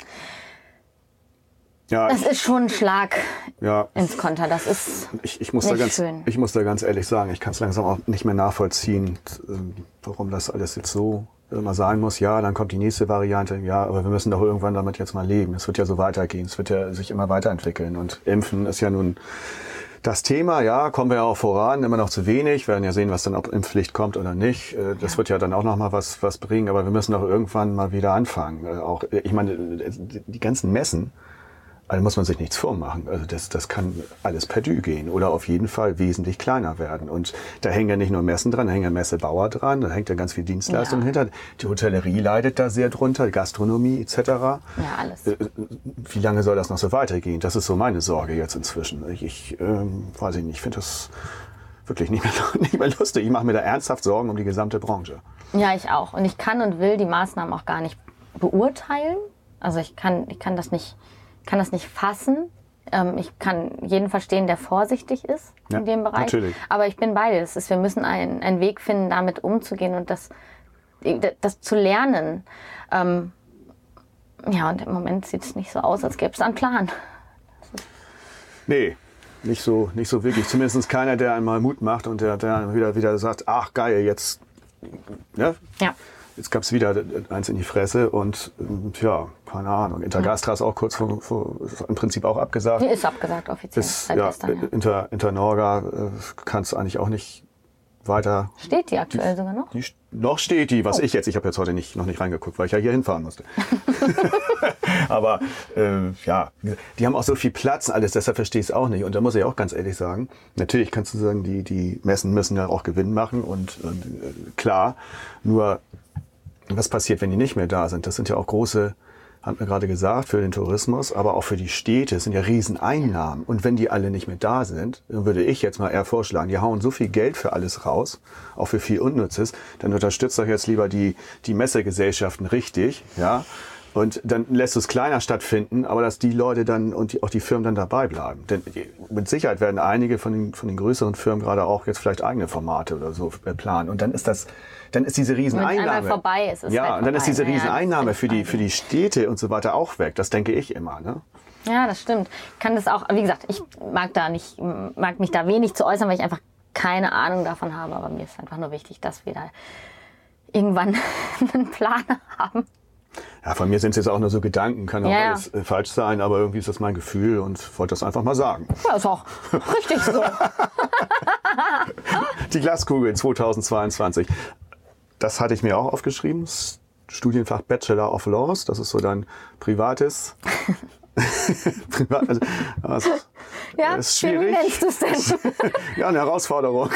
Ja, Das ich, ist schon ein Schlag ja, ins Konter. Das ist ich, ich, muss da nicht ganz, schön. ich muss da ganz ehrlich sagen, ich kann es langsam auch nicht mehr nachvollziehen, ähm, warum das alles jetzt so immer sein muss. Ja, dann kommt die nächste Variante. Ja, aber wir müssen doch irgendwann damit jetzt mal leben. Es wird ja so weitergehen. Es wird ja sich immer weiterentwickeln. Und Impfen ist ja nun das Thema, ja, kommen wir ja auch voran, immer noch zu wenig. Wir werden ja sehen, was dann, ob Impfpflicht kommt oder nicht. Äh, Das ja. wird ja dann auch noch mal was, was bringen. Aber wir müssen doch irgendwann mal wieder anfangen. Äh, Auch, äh, ich meine, die ganzen Messen, also muss man sich nichts vormachen. Also das, das kann alles perdu gehen oder auf jeden Fall wesentlich kleiner werden. Und da hängen ja nicht nur Messen dran, da hängen ja Messebauer dran, da hängt ja ganz viel Dienstleistung Ja. hinter. Die Hotellerie leidet da sehr drunter, Gastronomie et cetera. ja alles. Äh, Wie lange soll das noch so weitergehen? Das ist so meine Sorge jetzt inzwischen. Ich, ich ähm, weiß ich nicht, ich finde das wirklich nicht mehr, nicht mehr lustig. Ich mache mir da ernsthaft Sorgen um die gesamte Branche. Ja, ich auch. Und ich kann und will die Maßnahmen auch gar nicht beurteilen. Also ich kann, ich kann das nicht, kann das nicht fassen. Ähm, ich kann jeden verstehen, der vorsichtig ist Ja, in dem Bereich. natürlich. Aber ich bin bei dir. Das ist, wir müssen einen, einen Weg finden, damit umzugehen und das, das zu lernen. Ähm, ja, und im Moment sieht es nicht so aus, als gäbe es einen Plan. Nee, nicht so, nicht so wirklich. Zumindest keiner, der einmal Mut macht und der, der wieder, wieder sagt, ach geil, jetzt, ne? Ja. Jetzt gab's wieder eins in die Fresse und ja, keine Ahnung. Intergastra ist auch kurz vor, vor ist im Prinzip auch abgesagt. Die ist abgesagt offiziell. Ist, seit ja, gestern, ja. Inter, Internorga äh, kannst du eigentlich auch nicht weiter. Steht die aktuell sogar noch? Die, noch steht die, was Oh. ich jetzt, ich habe jetzt heute nicht, noch nicht reingeguckt, weil ich ja hier hinfahren musste. Aber äh, ja, die haben auch so viel Platz und alles, deshalb verstehe ich es auch nicht. Und da muss ich auch ganz ehrlich sagen, natürlich kannst du sagen, die, die Messen müssen ja auch Gewinn machen und, und äh, klar, nur was passiert, wenn die nicht mehr da sind? Das sind ja auch große, haben wir gerade gesagt, für den Tourismus, aber auch für die Städte. Es sind ja Rieseneinnahmen. Und wenn die alle nicht mehr da sind, dann würde ich jetzt mal eher vorschlagen, die hauen so viel Geld für alles raus, auch für viel Unnützes, dann unterstützt doch jetzt lieber die, die Messegesellschaften richtig, ja. Und dann lässt es kleiner stattfinden, aber dass die Leute dann und die, auch die Firmen dann dabei bleiben. Denn mit Sicherheit werden einige von den, von den größeren Firmen gerade auch jetzt vielleicht eigene Formate oder so planen. Und dann ist das, dann ist diese Rieseneinnahme. Wenn es einmal vorbei ist, ist ja, halt und dann ist vorbei. diese Ja, ja, Rieseneinnahme das für die, ist für die Städte und so weiter auch weg. Das denke ich immer, ne? Ja, das stimmt. Ich kann das auch, wie gesagt, ich mag da nicht, mag mich da wenig zu äußern, weil ich einfach keine Ahnung davon habe. Aber mir ist einfach nur wichtig, dass wir da irgendwann einen Plan haben. Ja, von mir sind es jetzt auch nur so Gedanken, kann auch Ja, ja. alles äh, falsch sein, aber irgendwie ist das mein Gefühl und wollte das einfach mal sagen. Ja, ist auch richtig so. Die Glaskugel zweitausendzweiundzwanzig. Das hatte ich mir auch aufgeschrieben. S- Studienfach Bachelor of Laws. Das ist so dein privates. Privat, also, das ist, Ja, ist wie schwierig. nennst du es denn? Ja, eine Herausforderung.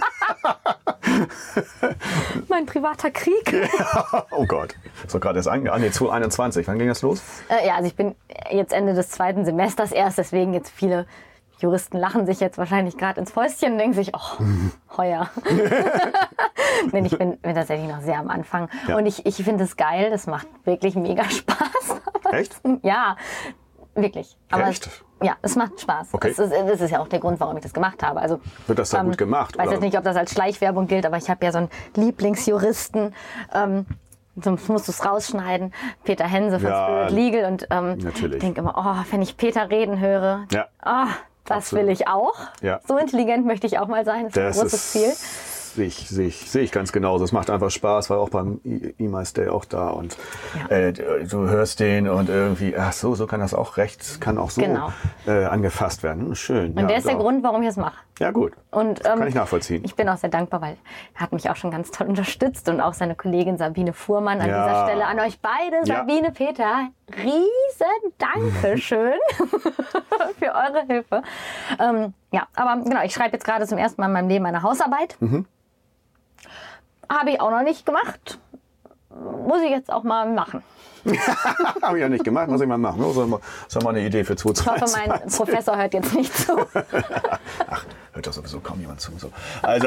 Mein privater Krieg. Oh Gott. So gerade erst ange... Ah, nee, zweitausendeinundzwanzig. Wann ging das los? Äh, ja, also ich bin jetzt Ende des zweiten Semesters erst, deswegen jetzt viele Juristen lachen sich jetzt wahrscheinlich gerade ins Fäustchen und denken sich, oh, heuer. Denn ich bin, bin tatsächlich noch sehr am Anfang. Ja. Und ich, ich finde es geil, das macht wirklich mega Spaß. Aber Echt? Es, ja, wirklich. Aber Echt? Es, ja, es macht Spaß. Okay. Das, ist, das ist ja auch der Grund, warum ich das gemacht habe. Also, Wird das da gut gemacht, Ich weiß oder? jetzt nicht, ob das als Schleichwerbung gilt, aber ich habe ja so einen Lieblingsjuristen. Ähm, Sonst musst du es rausschneiden. Peter Hense von Ja, Spirit Legal. Und ähm, natürlich. ich denke immer, oh, wenn ich Peter reden höre, Ja. oh, das Absolut. will ich auch. Ja. So intelligent möchte ich auch mal sein. Das ist ein großes Ziel. Sehe ich, sehe ich, sehe ich ganz genauso. Es macht einfach Spaß, war auch beim E-Mails Day auch da und Ja. äh, du hörst den und irgendwie, ach so, so kann das auch recht, kann auch so Genau. äh, angefasst werden. Hm, schön. Und ja, der ist der doch. Grund, warum ich es mache. Ja, gut. Und, ähm, Kann ich nachvollziehen. Ich bin auch sehr dankbar, weil er hat mich auch schon ganz toll unterstützt und auch seine Kollegin Sabine Fuhrmann an Ja. dieser Stelle an euch beide. Ja. Sabine, Peter, riesen Dankeschön für eure Hilfe. Ähm, ja, aber genau, ich schreibe jetzt gerade zum ersten Mal in meinem Leben eine Hausarbeit. Mhm. Habe ich auch noch nicht gemacht. Muss ich jetzt auch mal machen. Habe ich ja nicht gemacht, muss ich mal machen. Das ist mal, das ist mal eine Idee für Ich hoffe, mein zweitausendzweiundzwanzig. Professor hört jetzt nicht zu. Ach, hört doch sowieso kaum jemand zu. So. Also,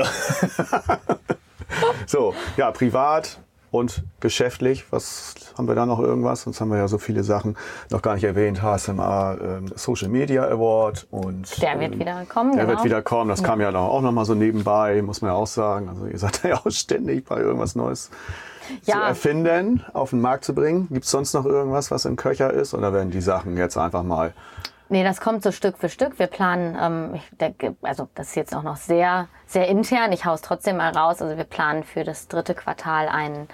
so, ja, privat und geschäftlich. Was haben wir da noch irgendwas? Sonst haben wir ja so viele Sachen noch gar nicht erwähnt. H S M A ähm, Social Media Award und Der wird ähm, wieder kommen. Der genau. wird wieder kommen. Das kam ja noch, auch noch mal so nebenbei, muss man ja auch sagen. Also ihr seid ja auch ständig bei irgendwas Neues zu Ja. erfinden, auf den Markt zu bringen. Gibt es sonst noch irgendwas, was im Köcher ist? Oder werden die Sachen jetzt einfach mal... Nee, das kommt so Stück für Stück. Wir planen, ähm, ich denke, also das ist jetzt auch noch sehr, sehr intern. Ich hau es trotzdem mal raus. Also wir planen für das dritte Quartal einen,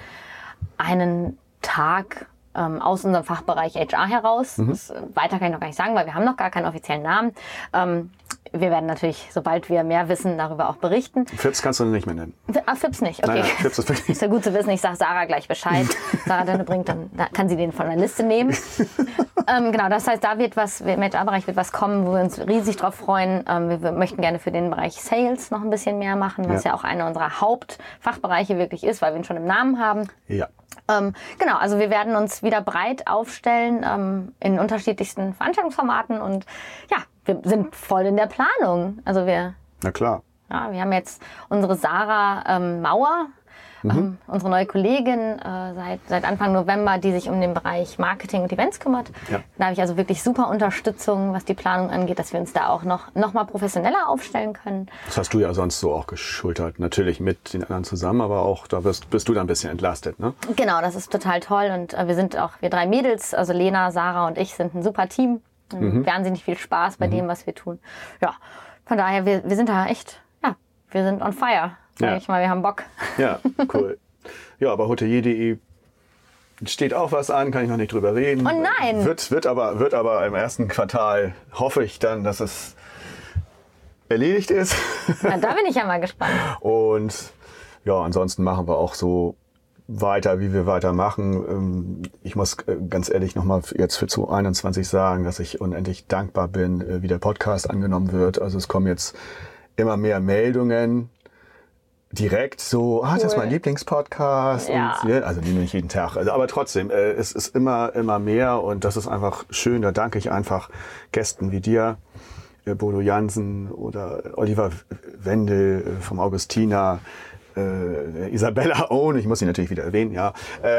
einen Tag ähm, aus unserem Fachbereich H R heraus. Mhm. Das, äh, weiter kann ich noch gar nicht sagen, weil wir haben noch gar keinen offiziellen Namen. Ähm, wir werden natürlich, sobald wir mehr wissen, darüber auch berichten. Fips kannst du nicht mehr nennen. Ah, Fips nicht, okay. Nein, nein, Fips ist wirklich... Ist ja gut zu wissen, ich sage Sarah gleich Bescheid. Sarah Dönne bringt, dann da kann sie den von der Liste nehmen. ähm, genau, das heißt, da wird was, im H R-Bereich wird was kommen, wo wir uns riesig drauf freuen. Ähm, wir, wir möchten gerne für den Bereich Sales noch ein bisschen mehr machen, was ja, Ja. auch einer unserer Hauptfachbereiche wirklich ist, weil wir ihn schon im Namen haben. Ja. Ähm, genau, also wir werden uns wieder breit aufstellen ähm, in unterschiedlichsten Veranstaltungsformaten und ja, wir sind voll in der Planung. Also wir Na klar. ja, wir haben jetzt unsere Sarah ähm, Mauer, Mhm. ähm, unsere neue Kollegin äh, seit, seit Anfang November, die sich um den Bereich Marketing und Events kümmert. Ja. Da habe ich also wirklich super Unterstützung, was die Planung angeht, dass wir uns da auch noch, noch mal professioneller aufstellen können. Das hast du ja sonst so auch geschultert. Natürlich mit den anderen zusammen, aber auch da bist, bist du dann ein bisschen entlastet, ne? Genau, das ist total toll und äh, wir sind auch, wir drei Mädels, also Lena, Sarah und ich sind ein super Team. Mhm. Wahnsinnig viel Spaß bei mhm. dem, was wir tun. Ja, von daher, wir, wir sind da echt, ja, wir sind on fire. Sag Ja. ich mal, wir haben Bock. Ja, cool. Ja, aber hotelier punkt de steht auch was an, kann ich noch nicht drüber reden. Oh nein! Wird, wird, aber, wird aber im ersten Quartal, hoffe ich dann, dass es erledigt ist. Ja, da bin ich ja mal gespannt. Und ja, ansonsten machen wir auch so weiter, wie wir weitermachen. Ich muss ganz ehrlich nochmal jetzt für zweitausendeinundzwanzig sagen, dass ich unendlich dankbar bin, wie der Podcast angenommen wird. Also es kommen jetzt immer mehr Meldungen direkt so, ah, das ist mein Lieblingspodcast. Ja. Und, also nicht jeden Tag, also, aber trotzdem, äh, es ist immer, immer mehr und das ist einfach schön. Da danke ich einfach Gästen wie dir, äh, Bodo Jansen oder Oliver Wendel äh, vom Augustiner, äh, Isabella Owen, ich muss sie natürlich wieder erwähnen, ja. Äh,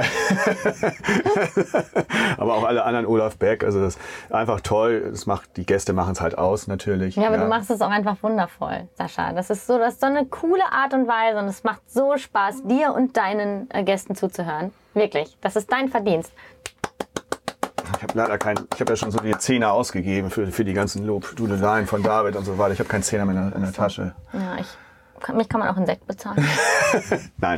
aber auch alle anderen, Olaf Beck, also das ist einfach toll. Das macht, die Gäste machen es halt aus, natürlich. Ja, aber ja. du machst es auch einfach wundervoll, Sascha. Das ist so, das ist so eine coole Art und Weise und es macht so Spaß, dir und deinen äh, Gästen zuzuhören. Wirklich. Das ist dein Verdienst. Ich habe leider kein, ich habe ja schon so die Zehner ausgegeben für, für die ganzen Lobdudeleien von David und so weiter. Ich habe keinen Zehner mehr in der, in der Tasche. Ja, ich, mich kann man auch in Sekt bezahlen. Nein,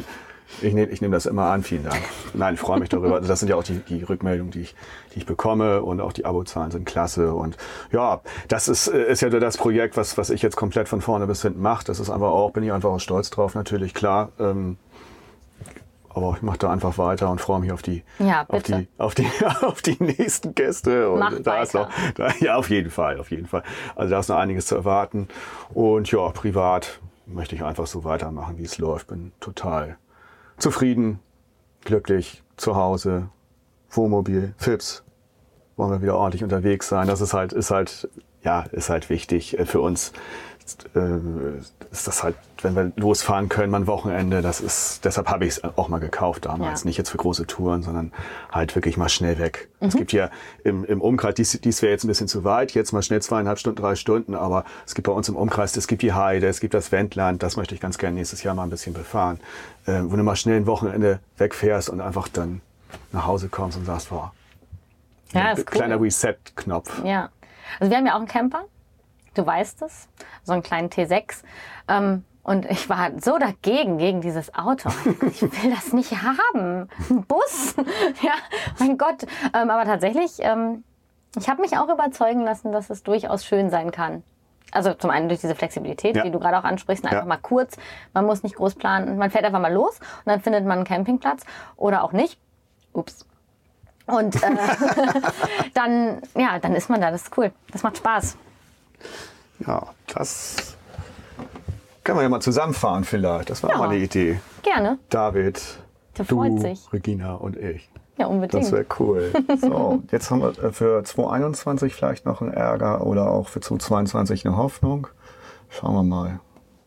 Ich nehme ich nehm das immer an, vielen Dank. Nein, ich freue mich darüber. Also das sind ja auch die, die Rückmeldungen, die ich, die ich bekomme und auch die Abozahlen sind klasse. Und ja, das ist, ist ja das Projekt, was, was ich jetzt komplett von vorne bis hinten mache. Das ist einfach auch, bin ich einfach auch stolz drauf, natürlich, klar. Ähm, aber ich mache da einfach weiter und freue mich auf die, Ja, auf bitte. die, auf die, auf die nächsten Gäste. Und Mach da ist weiter. noch, da, ja, auf jeden Fall, auf jeden Fall. Also da ist noch einiges zu erwarten. Und ja, privat möchte ich einfach so weitermachen, wie es läuft. Bin total zufrieden, glücklich, zu Hause, Wohnmobil, Fips, wollen wir wieder ordentlich unterwegs sein. Das ist halt, ist halt, ja, ist halt wichtig für uns. Äh, ist das halt, wenn wir losfahren können, mal ein Wochenende, das ist, deshalb habe ich es auch mal gekauft damals. Ja. Nicht jetzt für große Touren, sondern halt wirklich mal schnell weg. Mhm. Es gibt ja im, im Umkreis, dies, dies wäre jetzt ein bisschen zu weit, jetzt mal schnell zweieinhalb Stunden, drei Stunden, aber es gibt bei uns im Umkreis, es gibt die Heide, es gibt das Wendland, das möchte ich ganz gerne nächstes Jahr mal ein bisschen befahren. Äh, wo du mal schnell ein Wochenende wegfährst und einfach dann nach Hause kommst und sagst, wow, Ja, ein ist cool. kleiner Reset-Knopf. Ja. Also wir haben ja auch einen Camper. Du weißt es. So einen kleinen T sechs. Ähm, und ich war so dagegen, gegen dieses Auto. Ich will das nicht haben. Ein Bus. Ja, mein Gott. Ähm, aber tatsächlich, ähm, ich habe mich auch überzeugen lassen, dass es durchaus schön sein kann. Also zum einen durch diese Flexibilität, Ja. die du gerade auch ansprichst, einfach Ja. mal kurz. Man muss nicht groß planen. Man fährt einfach mal los und dann findet man einen Campingplatz oder auch nicht. Ups. Und äh, dann, ja, dann ist man da. Das ist cool. Das macht Spaß. Ja, das können wir ja mal zusammenfahren vielleicht. Das war Ja. mal eine Idee. Gerne. David, Der du, freut sich. Regina und ich. Ja, unbedingt. Das wäre cool. So, jetzt haben wir für zwanzig einundzwanzig vielleicht noch einen Ärger oder auch für zwanzig zweiundzwanzig eine Hoffnung. Schauen wir mal.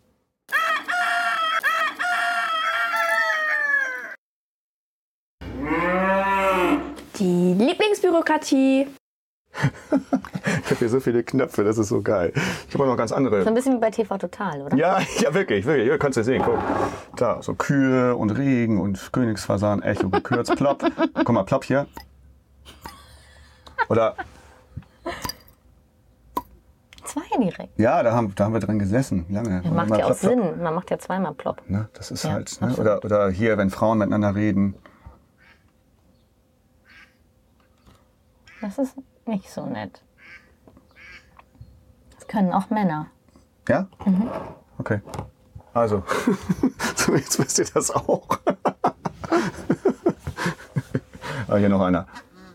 Die Lieblingsbürokratie. Ich habe hier so viele Knöpfe, das ist so geil. Ich habe auch noch ganz So andere. ein bisschen wie bei T V Total, oder? Ja, ja, wirklich, wirklich. Ja, kannst du sehen, guck. Da, so Kühe und Regen und Königsfasan, Echo gekürzt, plopp. Guck mal, plopp hier. Oder, Zwei direkt. ja, da haben, da haben wir dran gesessen. Lange. Das macht Mal ja auch plopp, plopp. Sinn. Man macht ja zweimal plopp. Ne? Das ist Ja, halt, ne? oder, oder hier, wenn Frauen miteinander reden. Das ist nicht so nett. Das können auch Männer. Ja? Okay. Also, so, jetzt wisst ihr das auch. Ah, hier noch einer.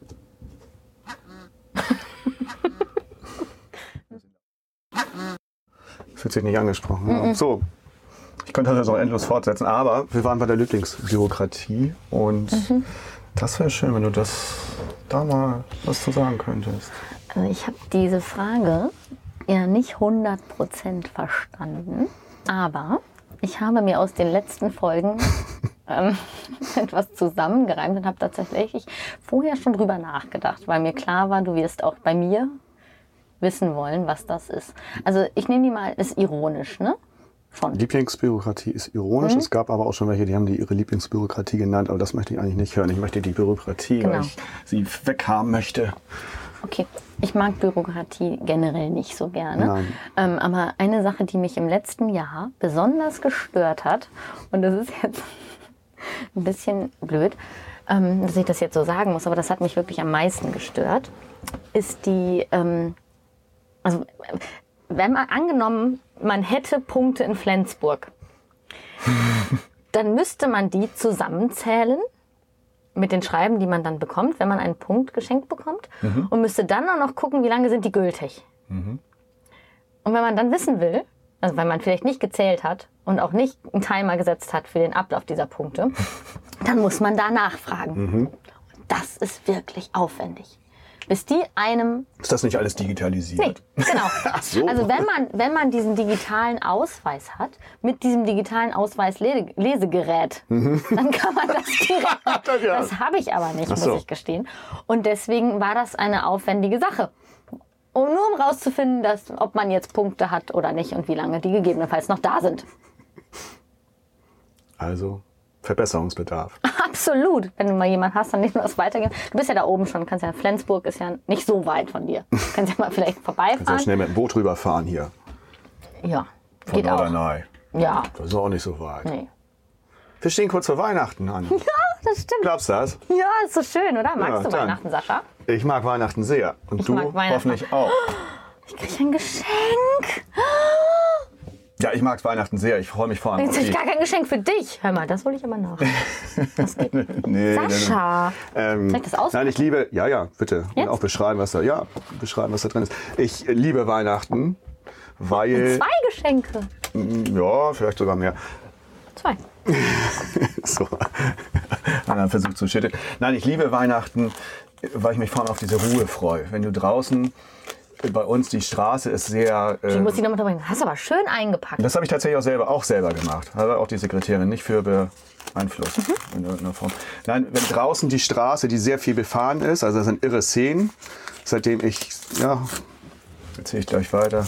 Fühlt sich nicht angesprochen. Ja. So, ich könnte das jetzt auch endlos fortsetzen, aber wir waren bei der Lieblingsbürokratie und das wäre schön, wenn du das da mal was zu sagen könntest. Also ich habe diese Frage ja nicht hundert Prozent verstanden, aber ich habe mir aus den letzten Folgen ähm, etwas zusammengereimt und habe tatsächlich vorher schon drüber nachgedacht, weil mir klar war, du wirst auch bei mir wissen wollen, was das ist. Also ich nehme die mal, ist ironisch, ne? Schon. Lieblingsbürokratie ist ironisch. Es gab aber auch schon welche, die haben die ihre Lieblingsbürokratie genannt, aber das möchte ich eigentlich nicht hören. Ich möchte die Bürokratie, Genau. weil ich sie weghaben möchte. Okay, ich mag Bürokratie generell nicht so gerne. Nein. Ähm, aber eine Sache, die mich im letzten Jahr besonders gestört hat, und das ist jetzt ein bisschen blöd, ähm, dass ich das jetzt so sagen muss, aber das hat mich wirklich am meisten gestört, ist die, ähm, also wenn man angenommen, man hätte Punkte in Flensburg, dann müsste man die zusammenzählen mit den Schreiben, die man dann bekommt, wenn man einen Punkt geschenkt bekommt, Mhm. und müsste dann auch noch gucken, wie lange sind die gültig. Mhm. Und wenn man dann wissen will, also weil man vielleicht nicht gezählt hat und auch nicht einen Timer gesetzt hat für den Ablauf dieser Punkte, dann muss man da nachfragen. Mhm. Das ist wirklich aufwendig. Bis die einem... Ist das nicht alles digitalisiert? Nee, genau. Ach so. Also wenn man, wenn man diesen digitalen Ausweis hat, mit diesem digitalen Ausweis-Lesegerät, dann kann man das direkt... Ja. Das habe ich aber nicht, Ach so. muss ich gestehen. Und deswegen war das eine aufwendige Sache. Um nur um rauszufinden, dass, ob man jetzt Punkte hat oder nicht und wie lange die gegebenenfalls noch da sind. Also Verbesserungsbedarf. Absolut. Wenn du mal jemanden hast, dann nicht nur das weitergehen. Du bist ja da oben schon. Kannst ja, Flensburg ist ja nicht so weit von dir. Kannst ja mal vielleicht Kannst ja vorbeifahren. schnell mit dem Boot rüberfahren hier. Ja, Von geht auch. Norderney. Ja, Das ist auch nicht so weit. nee. Wir stehen kurz vor Weihnachten an. Ja, das stimmt. Glaubst du das? Ja, ist so schön, oder? Magst Ja, du dann. Weihnachten, Sascha? Ich mag Weihnachten sehr. Und Ich du mag Weihnachten. hoffentlich auch. Ich kriege ein Geschenk. Ja, ich mag Weihnachten sehr. Ich freue mich vor allem Jetzt auf habe ich die... gar kein Geschenk für dich. Hör mal, das hole ich aber nach. Nee, Sascha. Ähm, Soll ich das auspacken? nein, ich liebe, ja, ja, bitte. Jetzt? Und auch beschreiben, was da, ja, beschreiben, was da drin ist. Ich liebe Weihnachten, weil, Zwei Geschenke. ja, vielleicht sogar mehr. Zwei. So, Anna versucht zu schütteln. Nein, ich liebe Weihnachten, weil ich mich vor allem auf diese Ruhe freue. Wenn du draußen, bei uns die Straße ist sehr... Ich Äh, muss die noch mit bringen. Hast du aber schön eingepackt. das habe ich tatsächlich auch selber, auch selber gemacht. Also auch die Sekretärin, nicht für beeinflusst Mhm. in irgendeiner Form. Nein, wenn draußen die Straße, die sehr viel befahren ist, also das sind irre Szenen, seitdem ich, ja, erzähle ich gleich weiter.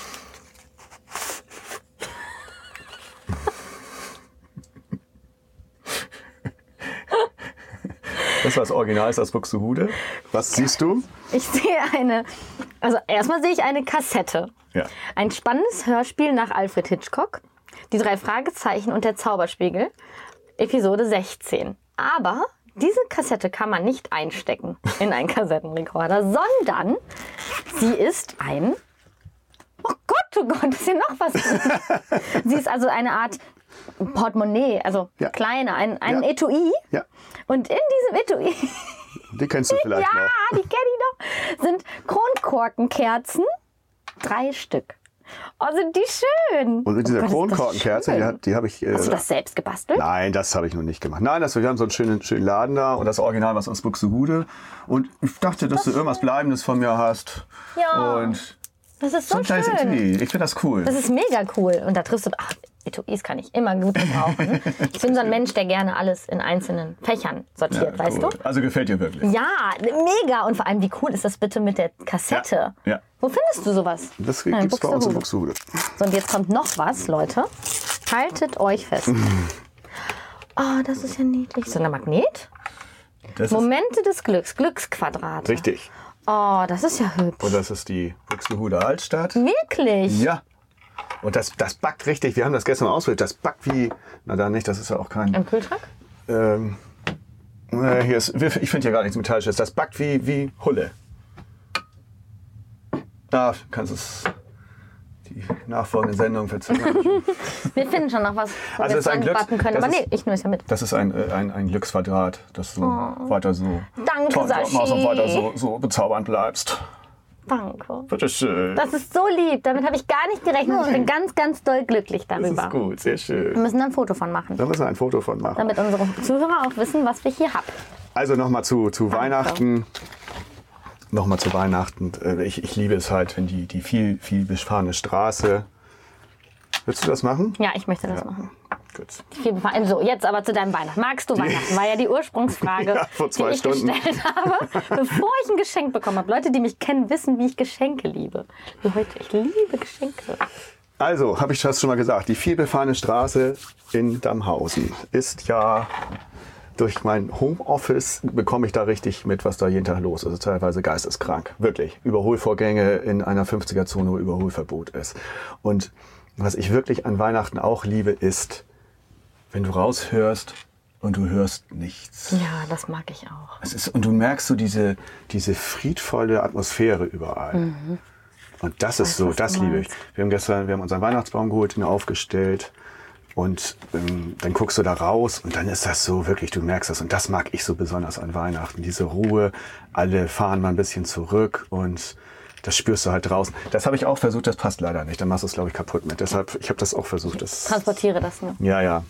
Das war das Original, ist aus Buxtehude. Was siehst du? Ich sehe eine, also erstmal sehe ich eine Kassette. Ja. Ein spannendes Hörspiel nach Alfred Hitchcock. Die drei Fragezeichen und der Zauberspiegel. Episode sechzehn. Aber diese Kassette kann man nicht einstecken in einen Kassettenrekorder, sondern sie ist ein... Oh Gott, oh Gott, ist hier noch was drin. Sie ist also eine Art Portemonnaie, also Ja. kleiner, ein, ein Ja. Etui. Ja, Und in diesem Etui... die kennst du vielleicht Ja, noch. die kenne ich noch. Sind Kronkorkenkerzen. Drei Stück. Oh, sind die schön. Und mit dieser Oh Gott, ist das Kronkorkenkerze, die, schön. hat- die habe ich... Äh, Hast du das selbst gebastelt? Nein, das habe ich noch nicht gemacht. Nein, das, wir haben so einen schönen, schönen Laden da und das Original was aus Buxtehude. Und ich dachte, dass du irgendwas Bleibendes von mir hast. Ja. Und Das ist so so ein kleines schön. Etui. Ich finde das cool. Das ist mega cool. Und da triffst du, ach, Etuis kann ich immer gut gebrauchen. Ich bin so ein Mensch, der gerne alles in einzelnen Fächern sortiert, Ja, weißt cool. du? Also gefällt dir wirklich. Ja, mega. Und vor allem, wie cool ist das bitte mit der Kassette? Ja, ja. Wo findest du sowas? Das Ja, in gibt es bei uns in Buxtehude. Buxtehude. So, und jetzt kommt noch was, Leute. Haltet euch fest. Oh, das ist ja niedlich. So ein Magnet? Das Momente des Glücks, Glücksquadrate. ist richtig. Oh, das ist ja hübsch. Und das ist die Buxtehuder Altstadt. Wirklich? Ja. Und das, das backt richtig. Wir haben das gestern mal ausprobiert. Das backt wie... Na da nicht, das ist ja auch kein... Im Kühlschrank? Ähm, äh, hier ist, ich finde hier gar nichts Metallisches. Das backt wie, wie Hulle. Da kannst du es die nachfolgende Sendung verzögern. Wir finden schon noch was, wo Also wir es ist ein Glücks- backen können. das Aber nee, ist- ich nehme es ja mit. Das ist ein, äh, ein, ein Glücksquadrat, dass du weiter so Danke, toll Sashi. machst und weiter so, so bezaubernd bleibst. Danke. Bitte schön. Das ist so lieb. Damit habe ich gar nicht gerechnet. Ich bin ganz, ganz doll glücklich Das darüber. ist gut, sehr Wir schön. müssen da ein Foto von machen, Da müssen wir ein Foto von machen. damit unsere Zuhörer auch wissen, was wir hier haben. Also nochmal zu, zu Weihnachten. Nochmal zu Weihnachten. Äh, Ich, ich liebe es halt, wenn die, die viel, viel befahrene Straße. Willst du das machen? Ja, ich möchte das machen. Gut. Viel befahren. So, jetzt aber zu deinem Weihnachten. Magst du Weihnachten? War ja die Ursprungsfrage, Ja, vor zwei die ich Stunden. gestellt habe, bevor ich ein Geschenk bekommen habe. Leute, die mich kennen, wissen, wie ich Geschenke liebe. Wie heute. Ich liebe Geschenke. Also, habe ich das schon mal gesagt, die vielbefahrene Straße in Damhausen ist ja durch mein Homeoffice bekomme ich da richtig mit, was da jeden Tag los ist. Also teilweise geisteskrank. Wirklich. Überholvorgänge in einer fünfziger-Zone, wo Überholverbot ist. Und was ich wirklich an Weihnachten auch liebe, ist, wenn du raushörst und du hörst nichts. Ja, das mag ich auch. Es ist, und du merkst so diese, diese friedvolle Atmosphäre überall. Und das ist weiß, so, was du das liebe ich. meinst. Wir haben gestern, wir haben unseren Weihnachtsbaum geholt, ihn aufgestellt. Und ähm, dann guckst du da raus und dann ist das so wirklich, du merkst das. Und das mag ich so besonders an Weihnachten. Diese Ruhe, alle fahren mal ein bisschen zurück und das spürst du halt draußen. Das habe ich auch versucht, das passt leider nicht. Dann machst du es, glaube ich, kaputt mit. Deshalb, ich habe das auch versucht. Das, Transportiere das nur. ja, ja.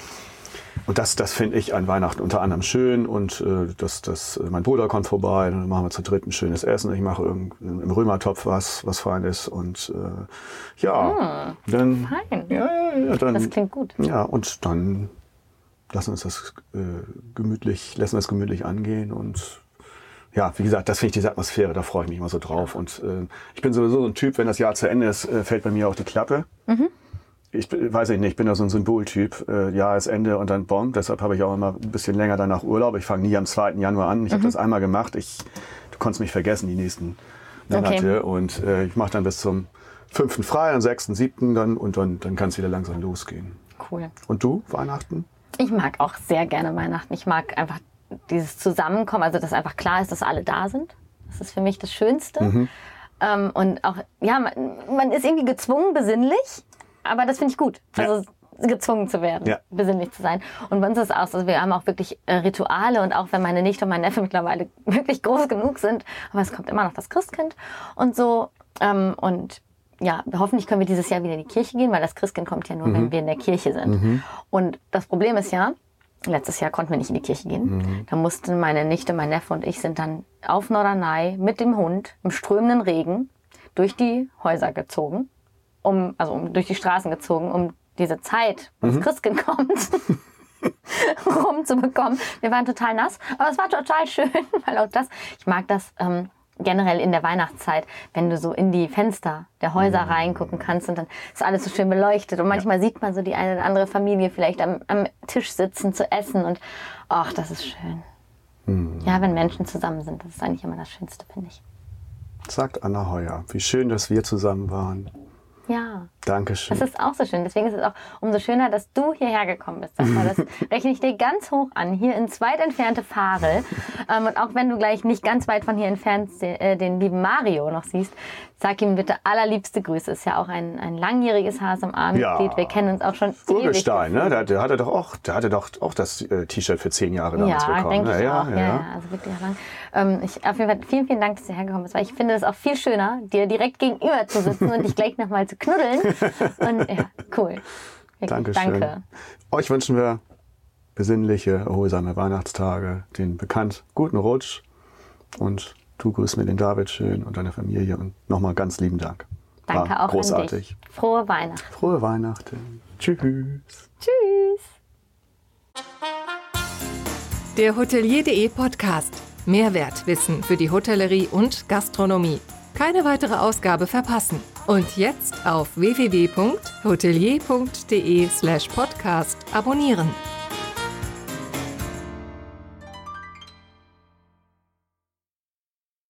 Und das, das finde ich an Weihnachten unter anderem schön. Und äh, das, das, äh, mein Bruder kommt vorbei, dann machen wir zu dritt ein schönes Essen. Ich mache irgend- im Römertopf was, was Feines. Und äh, ja, dann, Fein. ja, ja, ja, dann, Das klingt gut. ja, und dann lassen wir uns das äh, gemütlich, lassen wir es gemütlich angehen. Und ja, wie gesagt, das finde ich diese Atmosphäre, da freue ich mich immer so drauf. Und äh, ich bin sowieso so ein Typ, wenn das Jahr zu Ende ist, äh, fällt bei mir auch die Klappe. Ich bin- weiß ich nicht, ich bin da so ein Symboltyp. Äh, Jahr ist Ende und dann Bomb. Deshalb habe ich auch immer ein bisschen länger danach Urlaub. Ich fange nie am zweiten Januar an. Ich habe das einmal gemacht. Ich, du konntest mich vergessen die nächsten Monate. Okay. Und äh, ich mache dann bis zum fünften frei, am sechsten, siebten dann und dann, dann kann es wieder langsam losgehen. Cool. Und du, Weihnachten? Ich mag auch sehr gerne Weihnachten. Ich mag einfach dieses Zusammenkommen, also dass einfach klar ist, dass alle da sind. Das ist für mich das Schönste. Mhm. Ähm, und auch, ja, man, man ist irgendwie gezwungen, besinnlich, aber das finde ich gut. Also ja. gezwungen zu werden, ja. besinnlich zu sein. Und bei uns ist es auch so, also wir haben auch wirklich äh, Rituale und auch wenn meine Nichte und mein Neffe mittlerweile wirklich groß genug sind, aber es kommt immer noch das Christkind und so. Ähm, und ja, hoffentlich können wir dieses Jahr wieder in die Kirche gehen, weil das Christkind kommt ja nur, mhm. wenn wir in der Kirche sind. Mhm. Und das Problem ist ja, letztes Jahr konnten wir nicht in die Kirche gehen. Mhm. Da mussten meine Nichte, mein Neffe und ich sind dann auf Norderney mit dem Hund im strömenden Regen durch die Häuser gezogen, um, also um, durch die Straßen gezogen, um diese Zeit, wo mhm. das Christkind kommt, rumzubekommen. Wir waren total nass, aber es war total schön, weil auch das, ich mag das ähm, generell in der Weihnachtszeit, wenn du so in die Fenster der Häuser mhm. reingucken kannst und dann ist alles so schön beleuchtet und manchmal ja. sieht man so die eine oder andere Familie vielleicht am, am Tisch sitzen zu essen und ach, das ist schön. Mhm. Ja, wenn Menschen zusammen sind, das ist eigentlich immer das Schönste, finde ich. Sagt Anna Heuer, wie schön, dass wir zusammen waren. Ja. Dankeschön. Das ist auch so schön. Deswegen ist es auch umso schöner, dass du hierher gekommen bist. Das rechne ich dir ganz hoch an, hier ins weit entfernte Fahrel. Ähm, und auch wenn du gleich nicht ganz weit von hier entfernt den, äh, den lieben Mario noch siehst, sag ihm bitte allerliebste Grüße. Ist ja auch ein, ein langjähriges H S M A-Mitglied. Ja. Wir kennen uns auch schon Urgestein, ne? Der, der hatte doch auch, der hatte doch auch das äh, T-Shirt für zehn Jahre damals ja, bekommen. Denke ja, ich ja, auch. ja, ja, ja. Also wirklich lang. Ähm, ich, auf jeden Fall vielen, vielen Dank, dass du hergekommen bist, weil ich finde es auch viel schöner, dir direkt gegenüber zu sitzen und dich gleich nochmal zu knuddeln. Und ja, cool. Wirklich, Dankeschön. Danke. Euch wünschen wir besinnliche, erholsame Weihnachtstage, den bekannt guten Rutsch und du grüßt mir den David schön und deine Familie und nochmal ganz lieben Dank. Danke War auch großartig. an dich. Frohe Weihnachten. Frohe Weihnachten. Tschüss. Tschüss. Der Hotelier punkt de Podcast. Mehrwertwissen für die Hotellerie und Gastronomie. Keine weitere Ausgabe verpassen. Und jetzt auf w w w punkt hotelier punkt de slash podcast abonnieren.